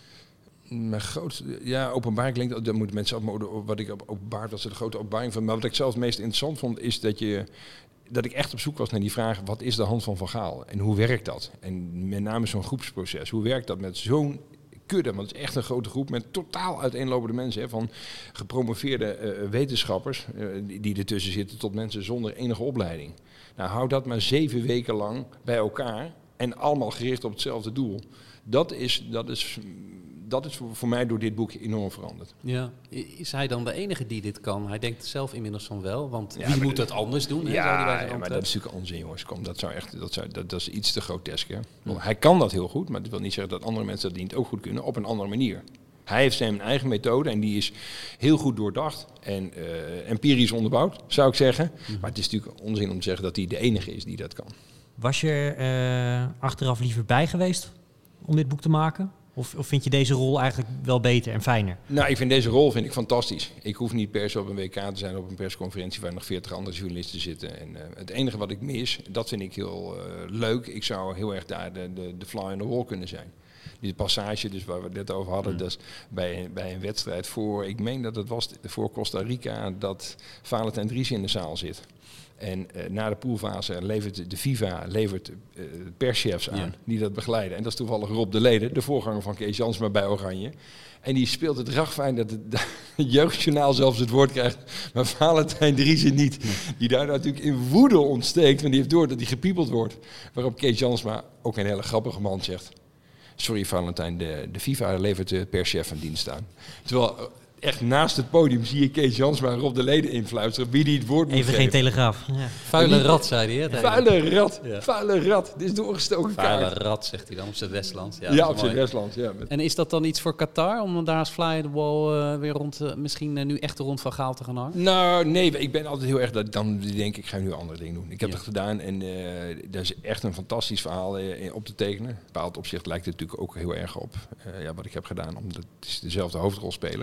mijn grootste, ja, openbaring klinkt, dat moeten mensen zelf, wat ik openbaard was de grote openbaring van. Maar wat ik zelf het meest interessant vond, is dat je... dat ik echt op zoek was naar die vraag, wat is de hand van Van Gaal? En hoe werkt dat? En met name zo'n groepsproces. Hoe werkt dat met zo'n kudde? Want het is echt een grote groep met totaal uiteenlopende mensen. Hè, van gepromoveerde uh, wetenschappers uh, die, die ertussen zitten tot mensen zonder enige opleiding. Nou, hou dat maar zeven weken lang bij elkaar en allemaal gericht op hetzelfde doel. Dat is... Dat is Dat is voor mij door dit boek enorm veranderd. Ja. Is hij dan de enige die dit kan? Hij denkt zelf inmiddels van wel, want ja, wie moet dat anders doen? Ja, hè, ja maar dat is natuurlijk onzin, jongens. Kom, dat, zou echt, dat, zou, dat, dat is iets te grotesk. Hè? Hm. Hij kan dat heel goed, maar dat wil niet zeggen dat andere mensen dat niet ook goed kunnen, op een andere manier. Hij heeft zijn eigen methode en die is heel goed doordacht en uh, empirisch onderbouwd, zou ik zeggen. Hm. Maar het is natuurlijk onzin om te zeggen dat hij de enige is die dat kan. Was je er uh, achteraf liever bij geweest om dit boek te maken? Of, of vind je deze rol eigenlijk wel beter en fijner? Nou, ik vind deze rol vind ik fantastisch. Ik hoef niet per se op een W K te zijn, op een persconferentie waar nog veertig andere journalisten zitten. En uh, het enige wat ik mis, dat vind ik heel uh, leuk. Ik zou heel erg daar de, de, de fly on the wall kunnen zijn. Die passage, dus waar we het net over hadden, mm. dus bij, bij een wedstrijd voor, ik meen dat het was voor Costa Rica, dat Valentijn Driessen in de zaal zit. En uh, na de poolfase levert de FIFA levert uh, perschefs aan ja. die dat begeleiden. En dat is toevallig Rob de Lede, de voorganger van Kees Jansma bij Oranje. En die speelt het ragfijn dat het, dat het jeugdjournaal zelfs het woord krijgt, maar Valentijn Driessen niet. Ja. Die daar natuurlijk in woede ontsteekt, want die heeft door dat hij gepiepeld wordt. Waarop Kees Jansma, ook een hele grappige man, zegt: sorry Valentijn, de, de FIFA levert de perschef aan dienst aan. Terwijl... echt naast het podium zie je Kees Jansma en Rob de Lede influisteren wie die het woord moet Even geven. geen Telegraaf. Ja. Vuile die, rat, zei hij. Hè, ja. Vuile rat, ja. vuile rat. Dit is doorgestoken vuile kaart. Vuile rat, zegt hij dan op zijn Westland. Ja, ja op zijn Westland. Ja, met... En is dat dan iets voor Qatar, om daar als fly the wall uh, weer rond, uh, misschien uh, nu echt rond Van Gaal te gaan hangen? Nou, nee, ik ben altijd heel erg, dat, dan denk ik, ik ga nu andere dingen doen. Ik heb ja. dat gedaan en uh, dat is echt een fantastisch verhaal uh, op te tekenen. In bepaald opzicht lijkt het natuurlijk ook heel erg op uh, ja, wat ik heb gedaan, omdat het is dezelfde hoofdrolspeler. Ja. En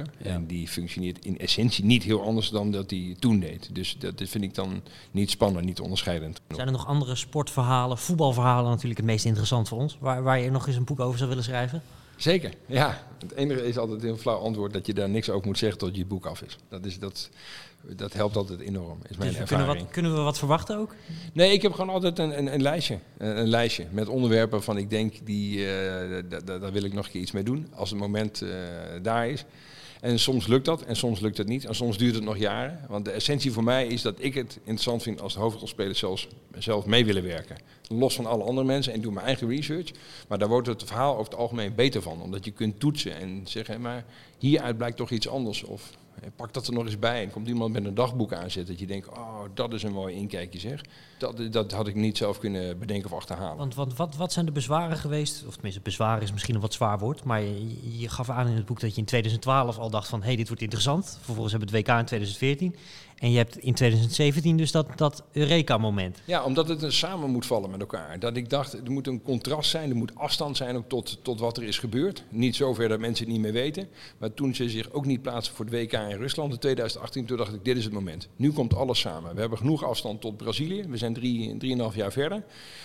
En die functioneert in essentie niet heel anders dan dat hij toen deed. Dus dat vind ik dan niet spannend, niet onderscheidend. Zijn er nog andere sportverhalen, voetbalverhalen natuurlijk het meest interessant voor ons, waar, waar je nog eens een boek over zou willen schrijven? Zeker, ja. Het enige is altijd een heel flauw antwoord dat je daar niks over moet zeggen tot je het boek af is. Dat, is, dat, dat helpt altijd enorm, is mijn Dus we ervaring. kunnen, wat, kunnen we wat verwachten ook? Nee, ik heb gewoon altijd een, een, een lijstje. Een, een lijstje met onderwerpen van ik denk, die, uh, daar wil ik nog een keer iets mee doen als het moment uh, daar is. En soms lukt dat en soms lukt het niet. En soms duurt het nog jaren. Want de essentie voor mij is dat ik het interessant vind als de hoofdrolspelers zelfs zelf mee willen werken. Los van alle andere mensen en doe mijn eigen research. Maar daar wordt het verhaal over het algemeen beter van. Omdat je kunt toetsen en zeggen, maar hieruit blijkt toch iets anders. Of pak dat er nog eens bij en komt iemand met een dagboek aanzetten. Dat je denkt, oh, dat is een mooi inkijkje zeg. Dat, dat had ik niet zelf kunnen bedenken of achterhalen. Want, want wat, wat zijn de bezwaren geweest? Of tenminste, bezwaren is misschien een wat zwaar woord. Maar je, je gaf aan in het boek dat je in twintig twaalf al dacht van, hé, hey, dit wordt interessant. Vervolgens hebben we het W K in twintig veertien. En je hebt in twintig zeventien dus dat, dat Eureka-moment. Ja, omdat het samen moet vallen met elkaar. Dat ik dacht, er moet een contrast zijn, er moet afstand zijn ook tot, tot wat er is gebeurd. Niet zover dat mensen het niet meer weten. Maar toen ze zich ook niet plaatsen voor het W K in Rusland in twintig achttien, toen dacht ik, dit is het moment. Nu komt alles samen. We hebben genoeg afstand tot Brazilië. We zijn drie, drieënhalf jaar verder.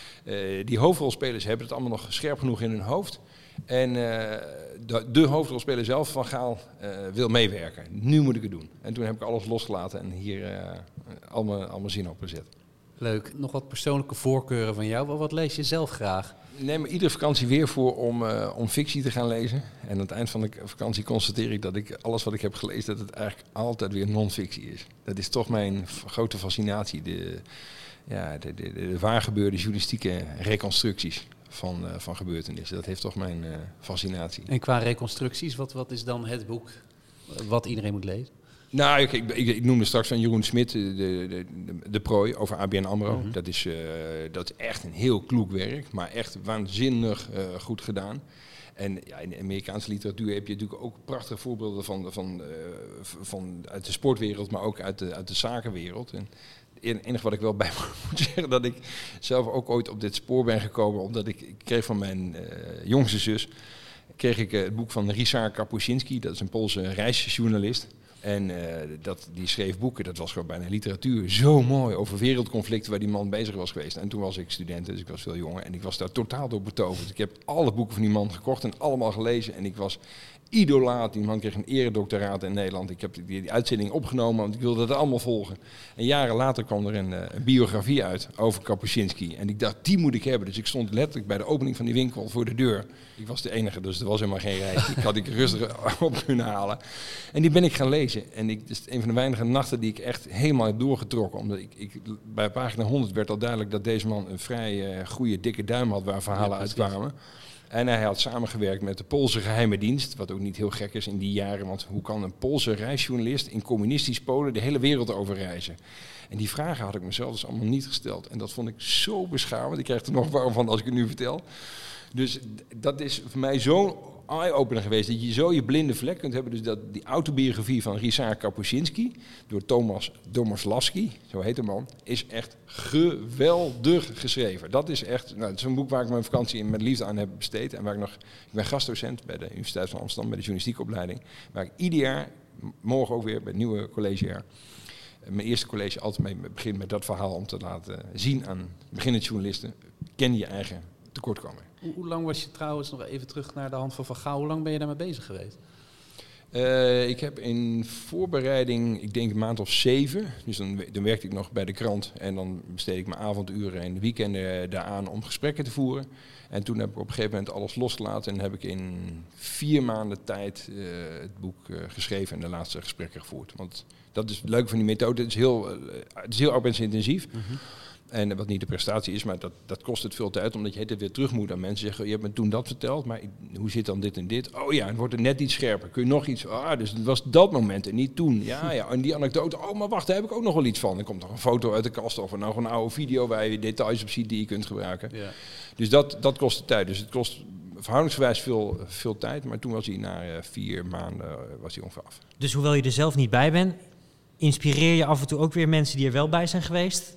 Uh, die hoofdrolspelers hebben het allemaal nog scherp genoeg in hun hoofd. En uh, de, de hoofdrolspeler zelf, Van Gaal, uh, wil meewerken. Nu moet ik het doen. En toen heb ik alles losgelaten en hier uh, al, mijn, al mijn zin op gezet. Leuk. Nog wat persoonlijke voorkeuren van jou. Wat lees je zelf graag? Ik neem iedere vakantie weer voor om, uh, om fictie te gaan lezen. En aan het eind van de vakantie constateer ik dat ik alles wat ik heb gelezen, dat het eigenlijk altijd weer non-fictie is. Dat is toch mijn f- grote fascinatie. De, ja, de, de, de, de waargebeurde journalistieke reconstructies van, uh, van gebeurtenissen. Dat heeft toch mijn uh, fascinatie. En qua reconstructies, wat, wat is dan het boek wat iedereen moet lezen? Nou, ik, ik, ik noemde straks van Jeroen Smit, de, de, de, de prooi over A B N AMRO. Mm-hmm. Dat, is, uh, dat is echt een heel kloek werk, maar echt waanzinnig uh, goed gedaan. En ja, in de Amerikaanse literatuur heb je natuurlijk ook prachtige voorbeelden van, van, uh, van uit de sportwereld, maar ook uit de, uit de zakenwereld. En het enige wat ik wel bij moet zeggen, dat ik zelf ook ooit op dit spoor ben gekomen, omdat ik, ik kreeg van mijn uh, jongste zus, kreeg ik uh, het boek van Ryszard Kapuscinski, dat is een Poolse reisjournalist. En uh, dat, die schreef boeken, dat was gewoon bijna literatuur, zo mooi, over wereldconflicten waar die man bezig was geweest. En toen was ik student, dus ik was veel jonger en ik was daar totaal door betoverd. Ik heb alle boeken van die man gekocht en allemaal gelezen en ik was idolaat. Die man kreeg een eredoctoraat in Nederland. Ik heb die, die uitzending opgenomen, want ik wilde dat allemaal volgen. En jaren later kwam er een, een biografie uit over Kapuscinski. En ik dacht, die moet ik hebben. Dus ik stond letterlijk bij de opening van die winkel voor de deur. Ik was de enige, dus er was helemaal geen rij. Die had ik rustig op kunnen halen. En die ben ik gaan lezen. En ik, dat is een van de weinige nachten die ik echt helemaal heb doorgetrokken. Omdat ik, ik, bij pagina honderd werd al duidelijk dat deze man een vrij uh, goede, dikke duim had waar verhalen ja, uitkwamen. En hij had samengewerkt met de Poolse geheime dienst, wat ook niet heel gek is in die jaren. Want hoe kan een Poolse reisjournalist in communistisch Polen de hele wereld over reizen? En die vragen had ik mezelf dus allemaal niet gesteld. En dat vond ik zo beschamend. Ik krijg er nog warm van als ik het nu vertel. Dus dat is voor mij zo'n eye-opener geweest, dat je zo je blinde vlek kunt hebben. Dus dat die autobiografie van Ryszard Kapuscinski door Thomas Domoslavski, zo heet de man, is echt geweldig geschreven. Dat is echt, nou, het is een boek waar ik mijn vakantie in met liefde aan heb besteed. En waar ik nog, ik ben gastdocent bij de Universiteit van Amsterdam, bij de journalistieke opleiding. Waar ik ieder jaar, morgen ook weer bij het nieuwe collegejaar, mijn eerste college altijd mee begin met dat verhaal om te laten zien aan beginnende journalisten, ken je eigen tekortkoming. Hoe lang was je trouwens, nog even terug naar de hand van Van Gaal, hoe lang ben je daarmee bezig geweest? Uh, ik heb in voorbereiding, ik denk een maand of zeven, dus dan, dan werkte ik nog bij de krant en dan besteed ik mijn avonduren en de weekenden daaraan om gesprekken te voeren. En toen heb ik op een gegeven moment alles losgelaten en heb ik in vier maanden tijd uh, het boek uh, geschreven en de laatste gesprekken gevoerd. Want dat is het leuke van die methode, het is heel, uh, het is heel arbeidsintensief. Mm-hmm. En wat niet de prestatie is, maar dat, dat kost het veel tijd, omdat je het weer terug moet aan mensen zeggen, je hebt me toen dat verteld, maar ik, hoe zit dan dit en dit? Oh ja, het wordt er net iets scherper. Kun je nog iets? Ah, dus het was dat moment en niet toen. Ja, ja. En die anekdote, oh, maar wacht, daar heb ik ook nog wel iets van. Er komt nog een foto uit de kast of nog een oude video waar je details op ziet die je kunt gebruiken. Ja. Dus dat, dat kost de tijd. Dus het kost verhoudingsgewijs veel, veel tijd, maar toen was hij na uh, vier maanden uh, was hij ongeveer af. Dus hoewel je er zelf niet bij bent, inspireer je af en toe ook weer mensen die er wel bij zijn geweest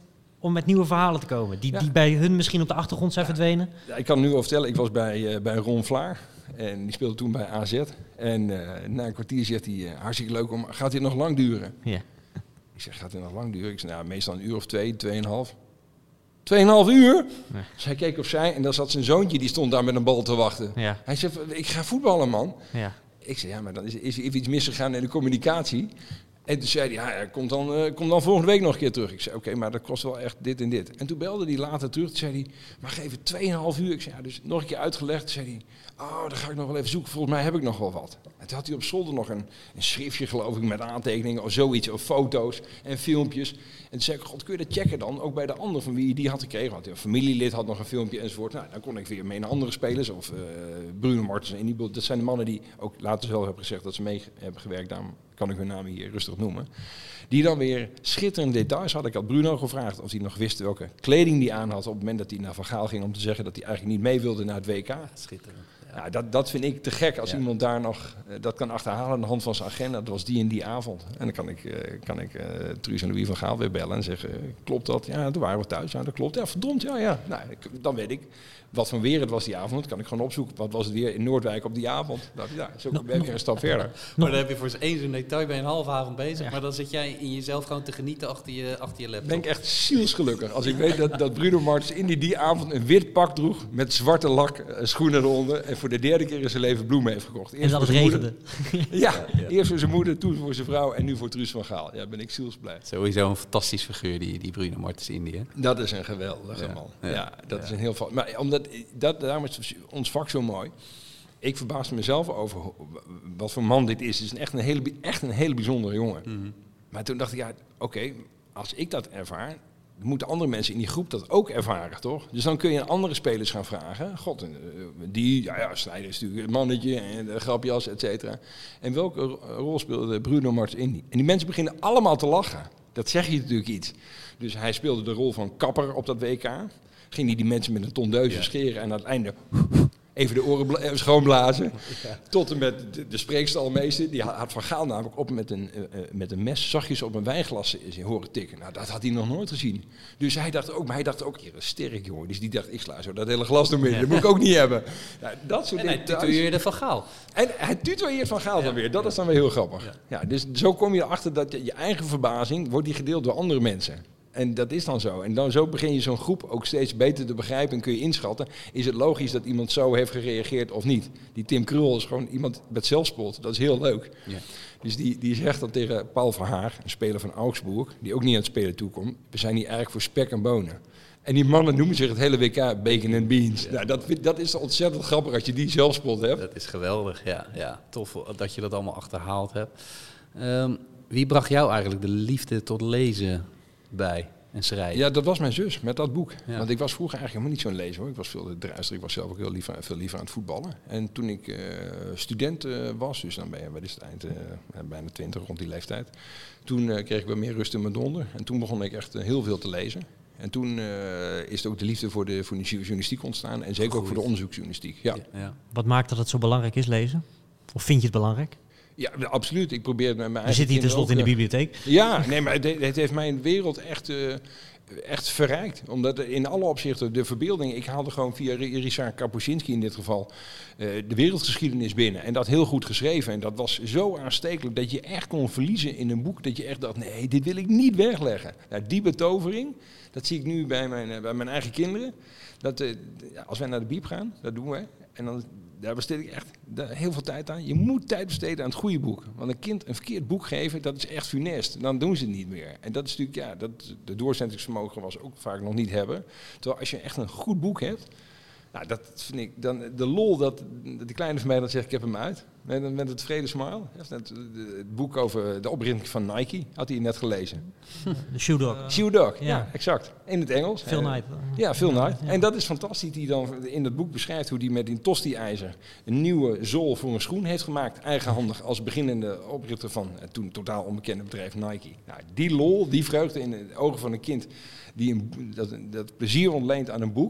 om met nieuwe verhalen te komen. Die, Ja. die bij hun misschien op de achtergrond zijn Ja. verdwenen. Ja, ik kan het nu al vertellen, ik was bij, uh, bij Ron Vlaar. En die speelde toen bij A Z. En uh, na een kwartier zegt hij, uh, hartstikke leuk, om, gaat dit nog lang duren? Ja. Ik zeg, gaat dit nog lang duren? Ik zeg, nou, meestal een uur of twee, tweeënhalf. Tweeënhalf uur? Nee. Dus hij keek opzij en dan zat zijn zoontje, die stond daar met een bal te wachten. Ja. Hij zegt, ik ga voetballen, man. Ja. Ik zei, ja, maar dan is, is er iets misgegaan in de communicatie. En toen zei hij, ja, kom dan, uh, kom dan volgende week nog een keer terug. Ik zei, oké, okay, maar dat kost wel echt dit en dit. En toen belde hij later terug. Toen zei hij, maar geef het tweeënhalf uur. Ik zei, ja, dus nog een keer uitgelegd. Toen zei hij, oh, dan ga ik nog wel even zoeken. Volgens mij heb ik nog wel wat. En toen had hij op zolder nog een, een schriftje, geloof ik, met aantekeningen of zoiets. Of foto's en filmpjes. En toen zei ik, god, kun je dat checken dan? Ook bij de ander van wie je die had gekregen. Want een familielid had nog een filmpje enzovoort. Nou, dan kon ik weer mee naar andere spelers. Of uh, Bruno Martens en die. Dat zijn de mannen die ook later zelf hebben gezegd dat ze mee hebben gewerkt. Daarom kan ik hun namen hier rustig noemen. Die dan weer schitterende details hadden. Ik had Bruno gevraagd of hij nog wist welke kleding hij aan had op het moment dat hij naar Van Gaal ging om te zeggen dat hij eigenlijk niet mee wilde naar het W K. Ja, schitterend. Ja. Ja, dat, dat vind ik te gek als Ja. iemand daar nog uh, dat kan achterhalen aan de hand van zijn agenda. Dat was die en die avond. En dan kan ik, uh, kan ik uh, Truus en Louis van Gaal weer bellen en zeggen, uh, klopt dat? Ja, toen waren we thuis. Ja, dat klopt. Ja, verdomd, ja, ja. Nou, ik, dan weet ik wat voor weer het was die avond. Dan kan ik gewoon opzoeken, wat was het weer in Noordwijk op die avond. Dat, ja, zo ben ik weer een stap verder. Maar dan heb je voor één zo'n detail, ben je een halve avond bezig. Ja. Maar dan zit jij in jezelf gewoon te genieten achter je, achter je laptop. Ben ik echt zielsgelukkig als ik weet dat, dat Bruno Martens in die, die avond een wit pak droeg met zwarte lak, uh, schoenen eronder en voor de derde keer in zijn leven bloemen heeft gekocht. Eerst En dat het voor zijn regende. moeder. Ja, ja, eerst voor zijn moeder, toen voor zijn vrouw en nu voor Truus van Gaal. Ja, ben ik zielsblij. Sowieso een fantastisch figuur, die, die Bruno Martens Indië. Dat is een geweldige Ja, man. ja, Ja, dat ja. is een heel val. Maar omdat dat, daarom is ons vak zo mooi. Ik verbaasde mezelf over ho- wat voor man dit is. Het is echt een hele, bi- echt een hele bijzondere jongen. Mm-hmm. Maar toen dacht ik, ja, oké, okay, als ik dat ervaar, moeten andere mensen in die groep dat ook ervaren, toch? Dus dan kun je aan andere spelers gaan vragen. God, uh, die, ja, ja, Sneijder is natuurlijk een mannetje en uh, grapjas, et cetera. En welke ro- rol speelde Bruno Martens in die? En die mensen beginnen allemaal te lachen. Dat zeg je natuurlijk iets. Dus hij speelde de rol van kapper op dat W K. Ging hij die mensen met een tondeuze Ja. scheren en aan het einde even de oren bla- schoonblazen. Ja. Tot en met de, de spreekstalmeester. Die had Van Gaal namelijk op met een, uh, uh, met een mes zachtjes op een wijnglas uh, horen tikken. Nou, dat had hij nog nooit gezien. Dus hij dacht ook, maar hij dacht ook, hier, sterk jongen. Dus die dacht, ik sla zo dat hele glas door midden. Dat moet ik ook niet hebben. Nou, dat soort En hij details. tituleerde Van Gaal. En hij tutoieert Van Gaal Ja, dan weer. Dat ja. is dan weer heel grappig. Ja. Ja, dus zo kom je erachter dat je, je eigen verbazing wordt die gedeeld door andere mensen. En dat is dan zo. En dan zo begin je zo'n groep ook steeds beter te begrijpen en kun je inschatten. Is het logisch dat iemand zo heeft gereageerd of niet? Die Tim Krul is gewoon iemand met zelfspot. Dat is heel leuk. Ja. Dus die, die zegt dan tegen Paul Verhaag, een speler van Augsburg, die ook niet aan het spelen toekomt. We zijn hier eigenlijk voor spek en bonen. En die mannen noemen zich het hele W K bacon and beans. Ja. Nou, dat, vind- dat is ontzettend grappig als je die zelfspot hebt. Dat is geweldig, ja. ja. Tof dat je dat allemaal achterhaald hebt. Um, wie bracht jou eigenlijk de liefde tot lezen bij en schrijven? Ja, dat was mijn zus met dat boek. Ja. Want ik was vroeger eigenlijk helemaal niet zo'n lezer hoor. Ik was veel te druister. Ik was zelf ook heel liever, veel liever aan het voetballen. En toen ik uh, student uh, was, dus dan ben je, wat is het eind, uh, bijna twintig, rond die leeftijd. Toen uh, kreeg ik wel meer rust in mijn donder. En toen begon ik echt uh, heel veel te lezen. En toen uh, is er ook de liefde voor de, voor de journalistiek ontstaan. En zeker ook voor de onderzoeksjournalistiek. Ja. Ja, ja. Wat maakt dat het zo belangrijk is, lezen? Of vind je het belangrijk? Ja, absoluut. Ik probeer het met mijn Je eigen zit hier kinderen tenslotte in de ook, uh, bibliotheek. Ja, nee, maar het, het heeft mijn wereld echt, uh, echt verrijkt. Omdat in alle opzichten de verbeelding... Ik haalde gewoon via Richard Kapuscinski in dit geval uh, de wereldgeschiedenis binnen. En dat heel goed geschreven. En dat was zo aanstekelijk dat je echt kon verliezen in een boek. Dat je echt dacht, nee, dit wil ik niet wegleggen. Nou, die betovering, dat zie ik nu bij mijn, uh, bij mijn eigen kinderen. Dat uh, als wij naar de bieb gaan, dat doen wij. En dan... Daar besteed ik echt heel veel tijd aan. Je moet tijd besteden aan het goede boek. Want een kind een verkeerd boek geven, dat is echt funest. Dan doen ze het niet meer. En dat is natuurlijk, ja, dat, de doorzettingsvermogen was ook vaak nog niet hebben. Terwijl als je echt een goed boek hebt, nou, dat vind ik, dan de lol dat, dat die kleine van mij dan zegt, ik heb hem uit. Met, met het vrede smile. Het, het boek over de oprichting van Nike had hij net gelezen. De Shoe Dog. Shoe Dog, ja. ja. ja, exact. In het Engels. Phil En, Knight. Ja, Phil Knight. Ja. En dat is fantastisch, die dan in het boek beschrijft hoe hij met die tosti-ijzer een nieuwe zool voor een schoen heeft gemaakt. Eigenhandig als beginnende oprichter van het toen totaal onbekende bedrijf Nike. Nou, die lol, die vreugde in de ogen van een kind die een, dat, dat plezier ontleent aan een boek.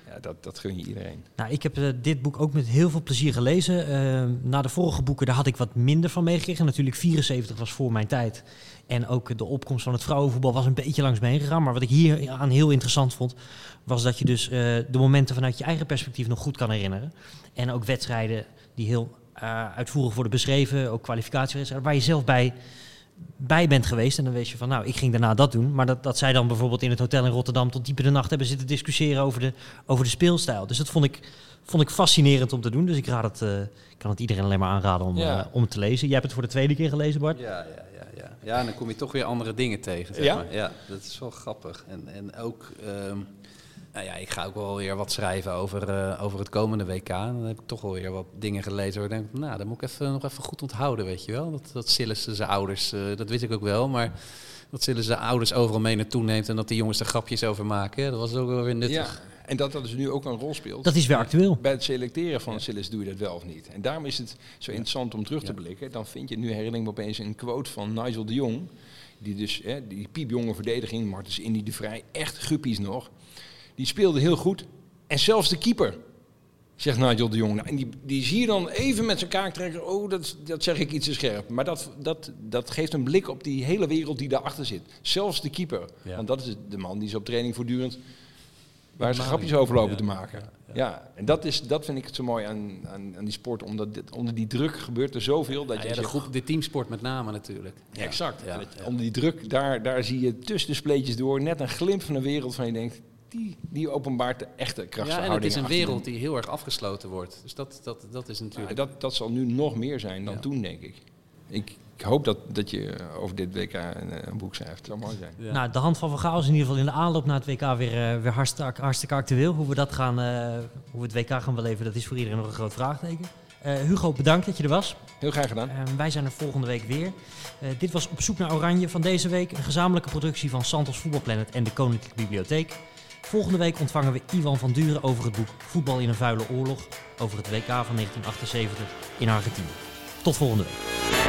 Ja, dat, dat gun je iedereen. Nou, ik heb uh, dit boek ook met heel veel plezier gelezen. Uh, na de vorige boeken, daar had ik wat minder van meegekregen. Natuurlijk, vierenzeventig was voor mijn tijd. En ook de opkomst van het vrouwenvoetbal was een beetje langs me heen gegaan. Maar wat ik hier aan heel interessant vond, was dat je dus uh, de momenten vanuit je eigen perspectief nog goed kan herinneren. En ook wedstrijden die heel uh, uitvoerig worden beschreven, ook kwalificatiewedstrijden, waar je zelf bij... bij bent geweest. En dan weet je van, nou, ik ging daarna dat doen. Maar dat, dat zij dan bijvoorbeeld in het hotel in Rotterdam tot diep in de nacht hebben zitten discussiëren over de, over de speelstijl. Dus dat vond ik, vond ik fascinerend om te doen. Dus ik raad het, uh, kan het iedereen alleen maar aanraden om, ja. uh, om het te lezen. Jij hebt het voor de tweede keer gelezen, Bart? Ja, ja, ja, ja. ja en dan kom je toch weer andere dingen tegen. Zeg ja? maar. Ja, dat is wel grappig. En, en ook... Um, Nou ja, ik ga ook wel weer wat schrijven over, uh, over het komende W K. En dan heb ik toch wel weer wat dingen gelezen waar ik denk, nou, dat moet ik even, nog even goed onthouden, weet je wel. Dat, dat Sillissen zijn ouders, uh, dat wist ik ook wel, maar dat Sillissen zijn ouders overal mee naartoe neemt en dat die jongens er grapjes over maken, dat was ook wel weer nuttig. Ja, en dat dat dus nu ook een rol speelt. Dat is weer actueel. Bij het selecteren van ja. Sillissen doe je dat wel of niet. En daarom is het zo interessant om terug te ja. blikken. Dan vind je, nu herinner ik me opeens een quote van Nigel de Jong, die dus, hè, die piepjonge verdediging, Martens Indy de Vrij, echt guppies nog. Die speelde heel goed. En zelfs de keeper, zegt Nigel de Jong. Nou, en die, die zie je dan even met zijn kaak trekken. Oh, dat, dat zeg ik iets te scherp. Maar dat, dat, dat geeft een blik op die hele wereld die daarachter zit. Zelfs de keeper. Ja. Want dat is de man die is op training voortdurend... waar ze grapjes over lopen ja, te maken. Ja, ja. ja, en dat, is, dat vind ik het zo mooi aan, aan, aan die sport. Omdat dit, onder die druk gebeurt er zoveel. Dat ja, je ja, de, zegt, groep, de teamsport met name natuurlijk. Ja, ja, exact. Ja, het, ja. Onder die druk, daar, daar zie je tussen de spleetjes door... net een glimp van een wereld van je denkt... Die, die openbaart de echte krachtsverhoudingen. Ja, en het is een wereld die heel erg afgesloten wordt. Dus dat, dat, dat is natuurlijk... Ja, dat, dat zal nu nog meer zijn dan ja. toen, denk ik. ik. Ik hoop dat, dat je over dit W K een, een boek schrijft. Het zou mooi zijn. Ja. Nou, de hand van Van Gaal is in ieder geval in de aanloop naar het W K weer, uh, weer hartstikke, hartstikke actueel. Hoe we, dat gaan, uh, hoe we het W K gaan beleven, dat is voor iedereen nog een groot vraagteken. Uh, Hugo, bedankt dat je er was. Heel graag gedaan. Uh, wij zijn er volgende week weer. Uh, dit was Op zoek naar Oranje van deze week. Een gezamenlijke productie van Santos Voetbalplanet en de Koninklijke Bibliotheek. Volgende week ontvangen we Iwan van Duren over het boek Voetbal in een vuile oorlog over het W K van negentien achtenzeventig in Argentinië. Tot volgende week.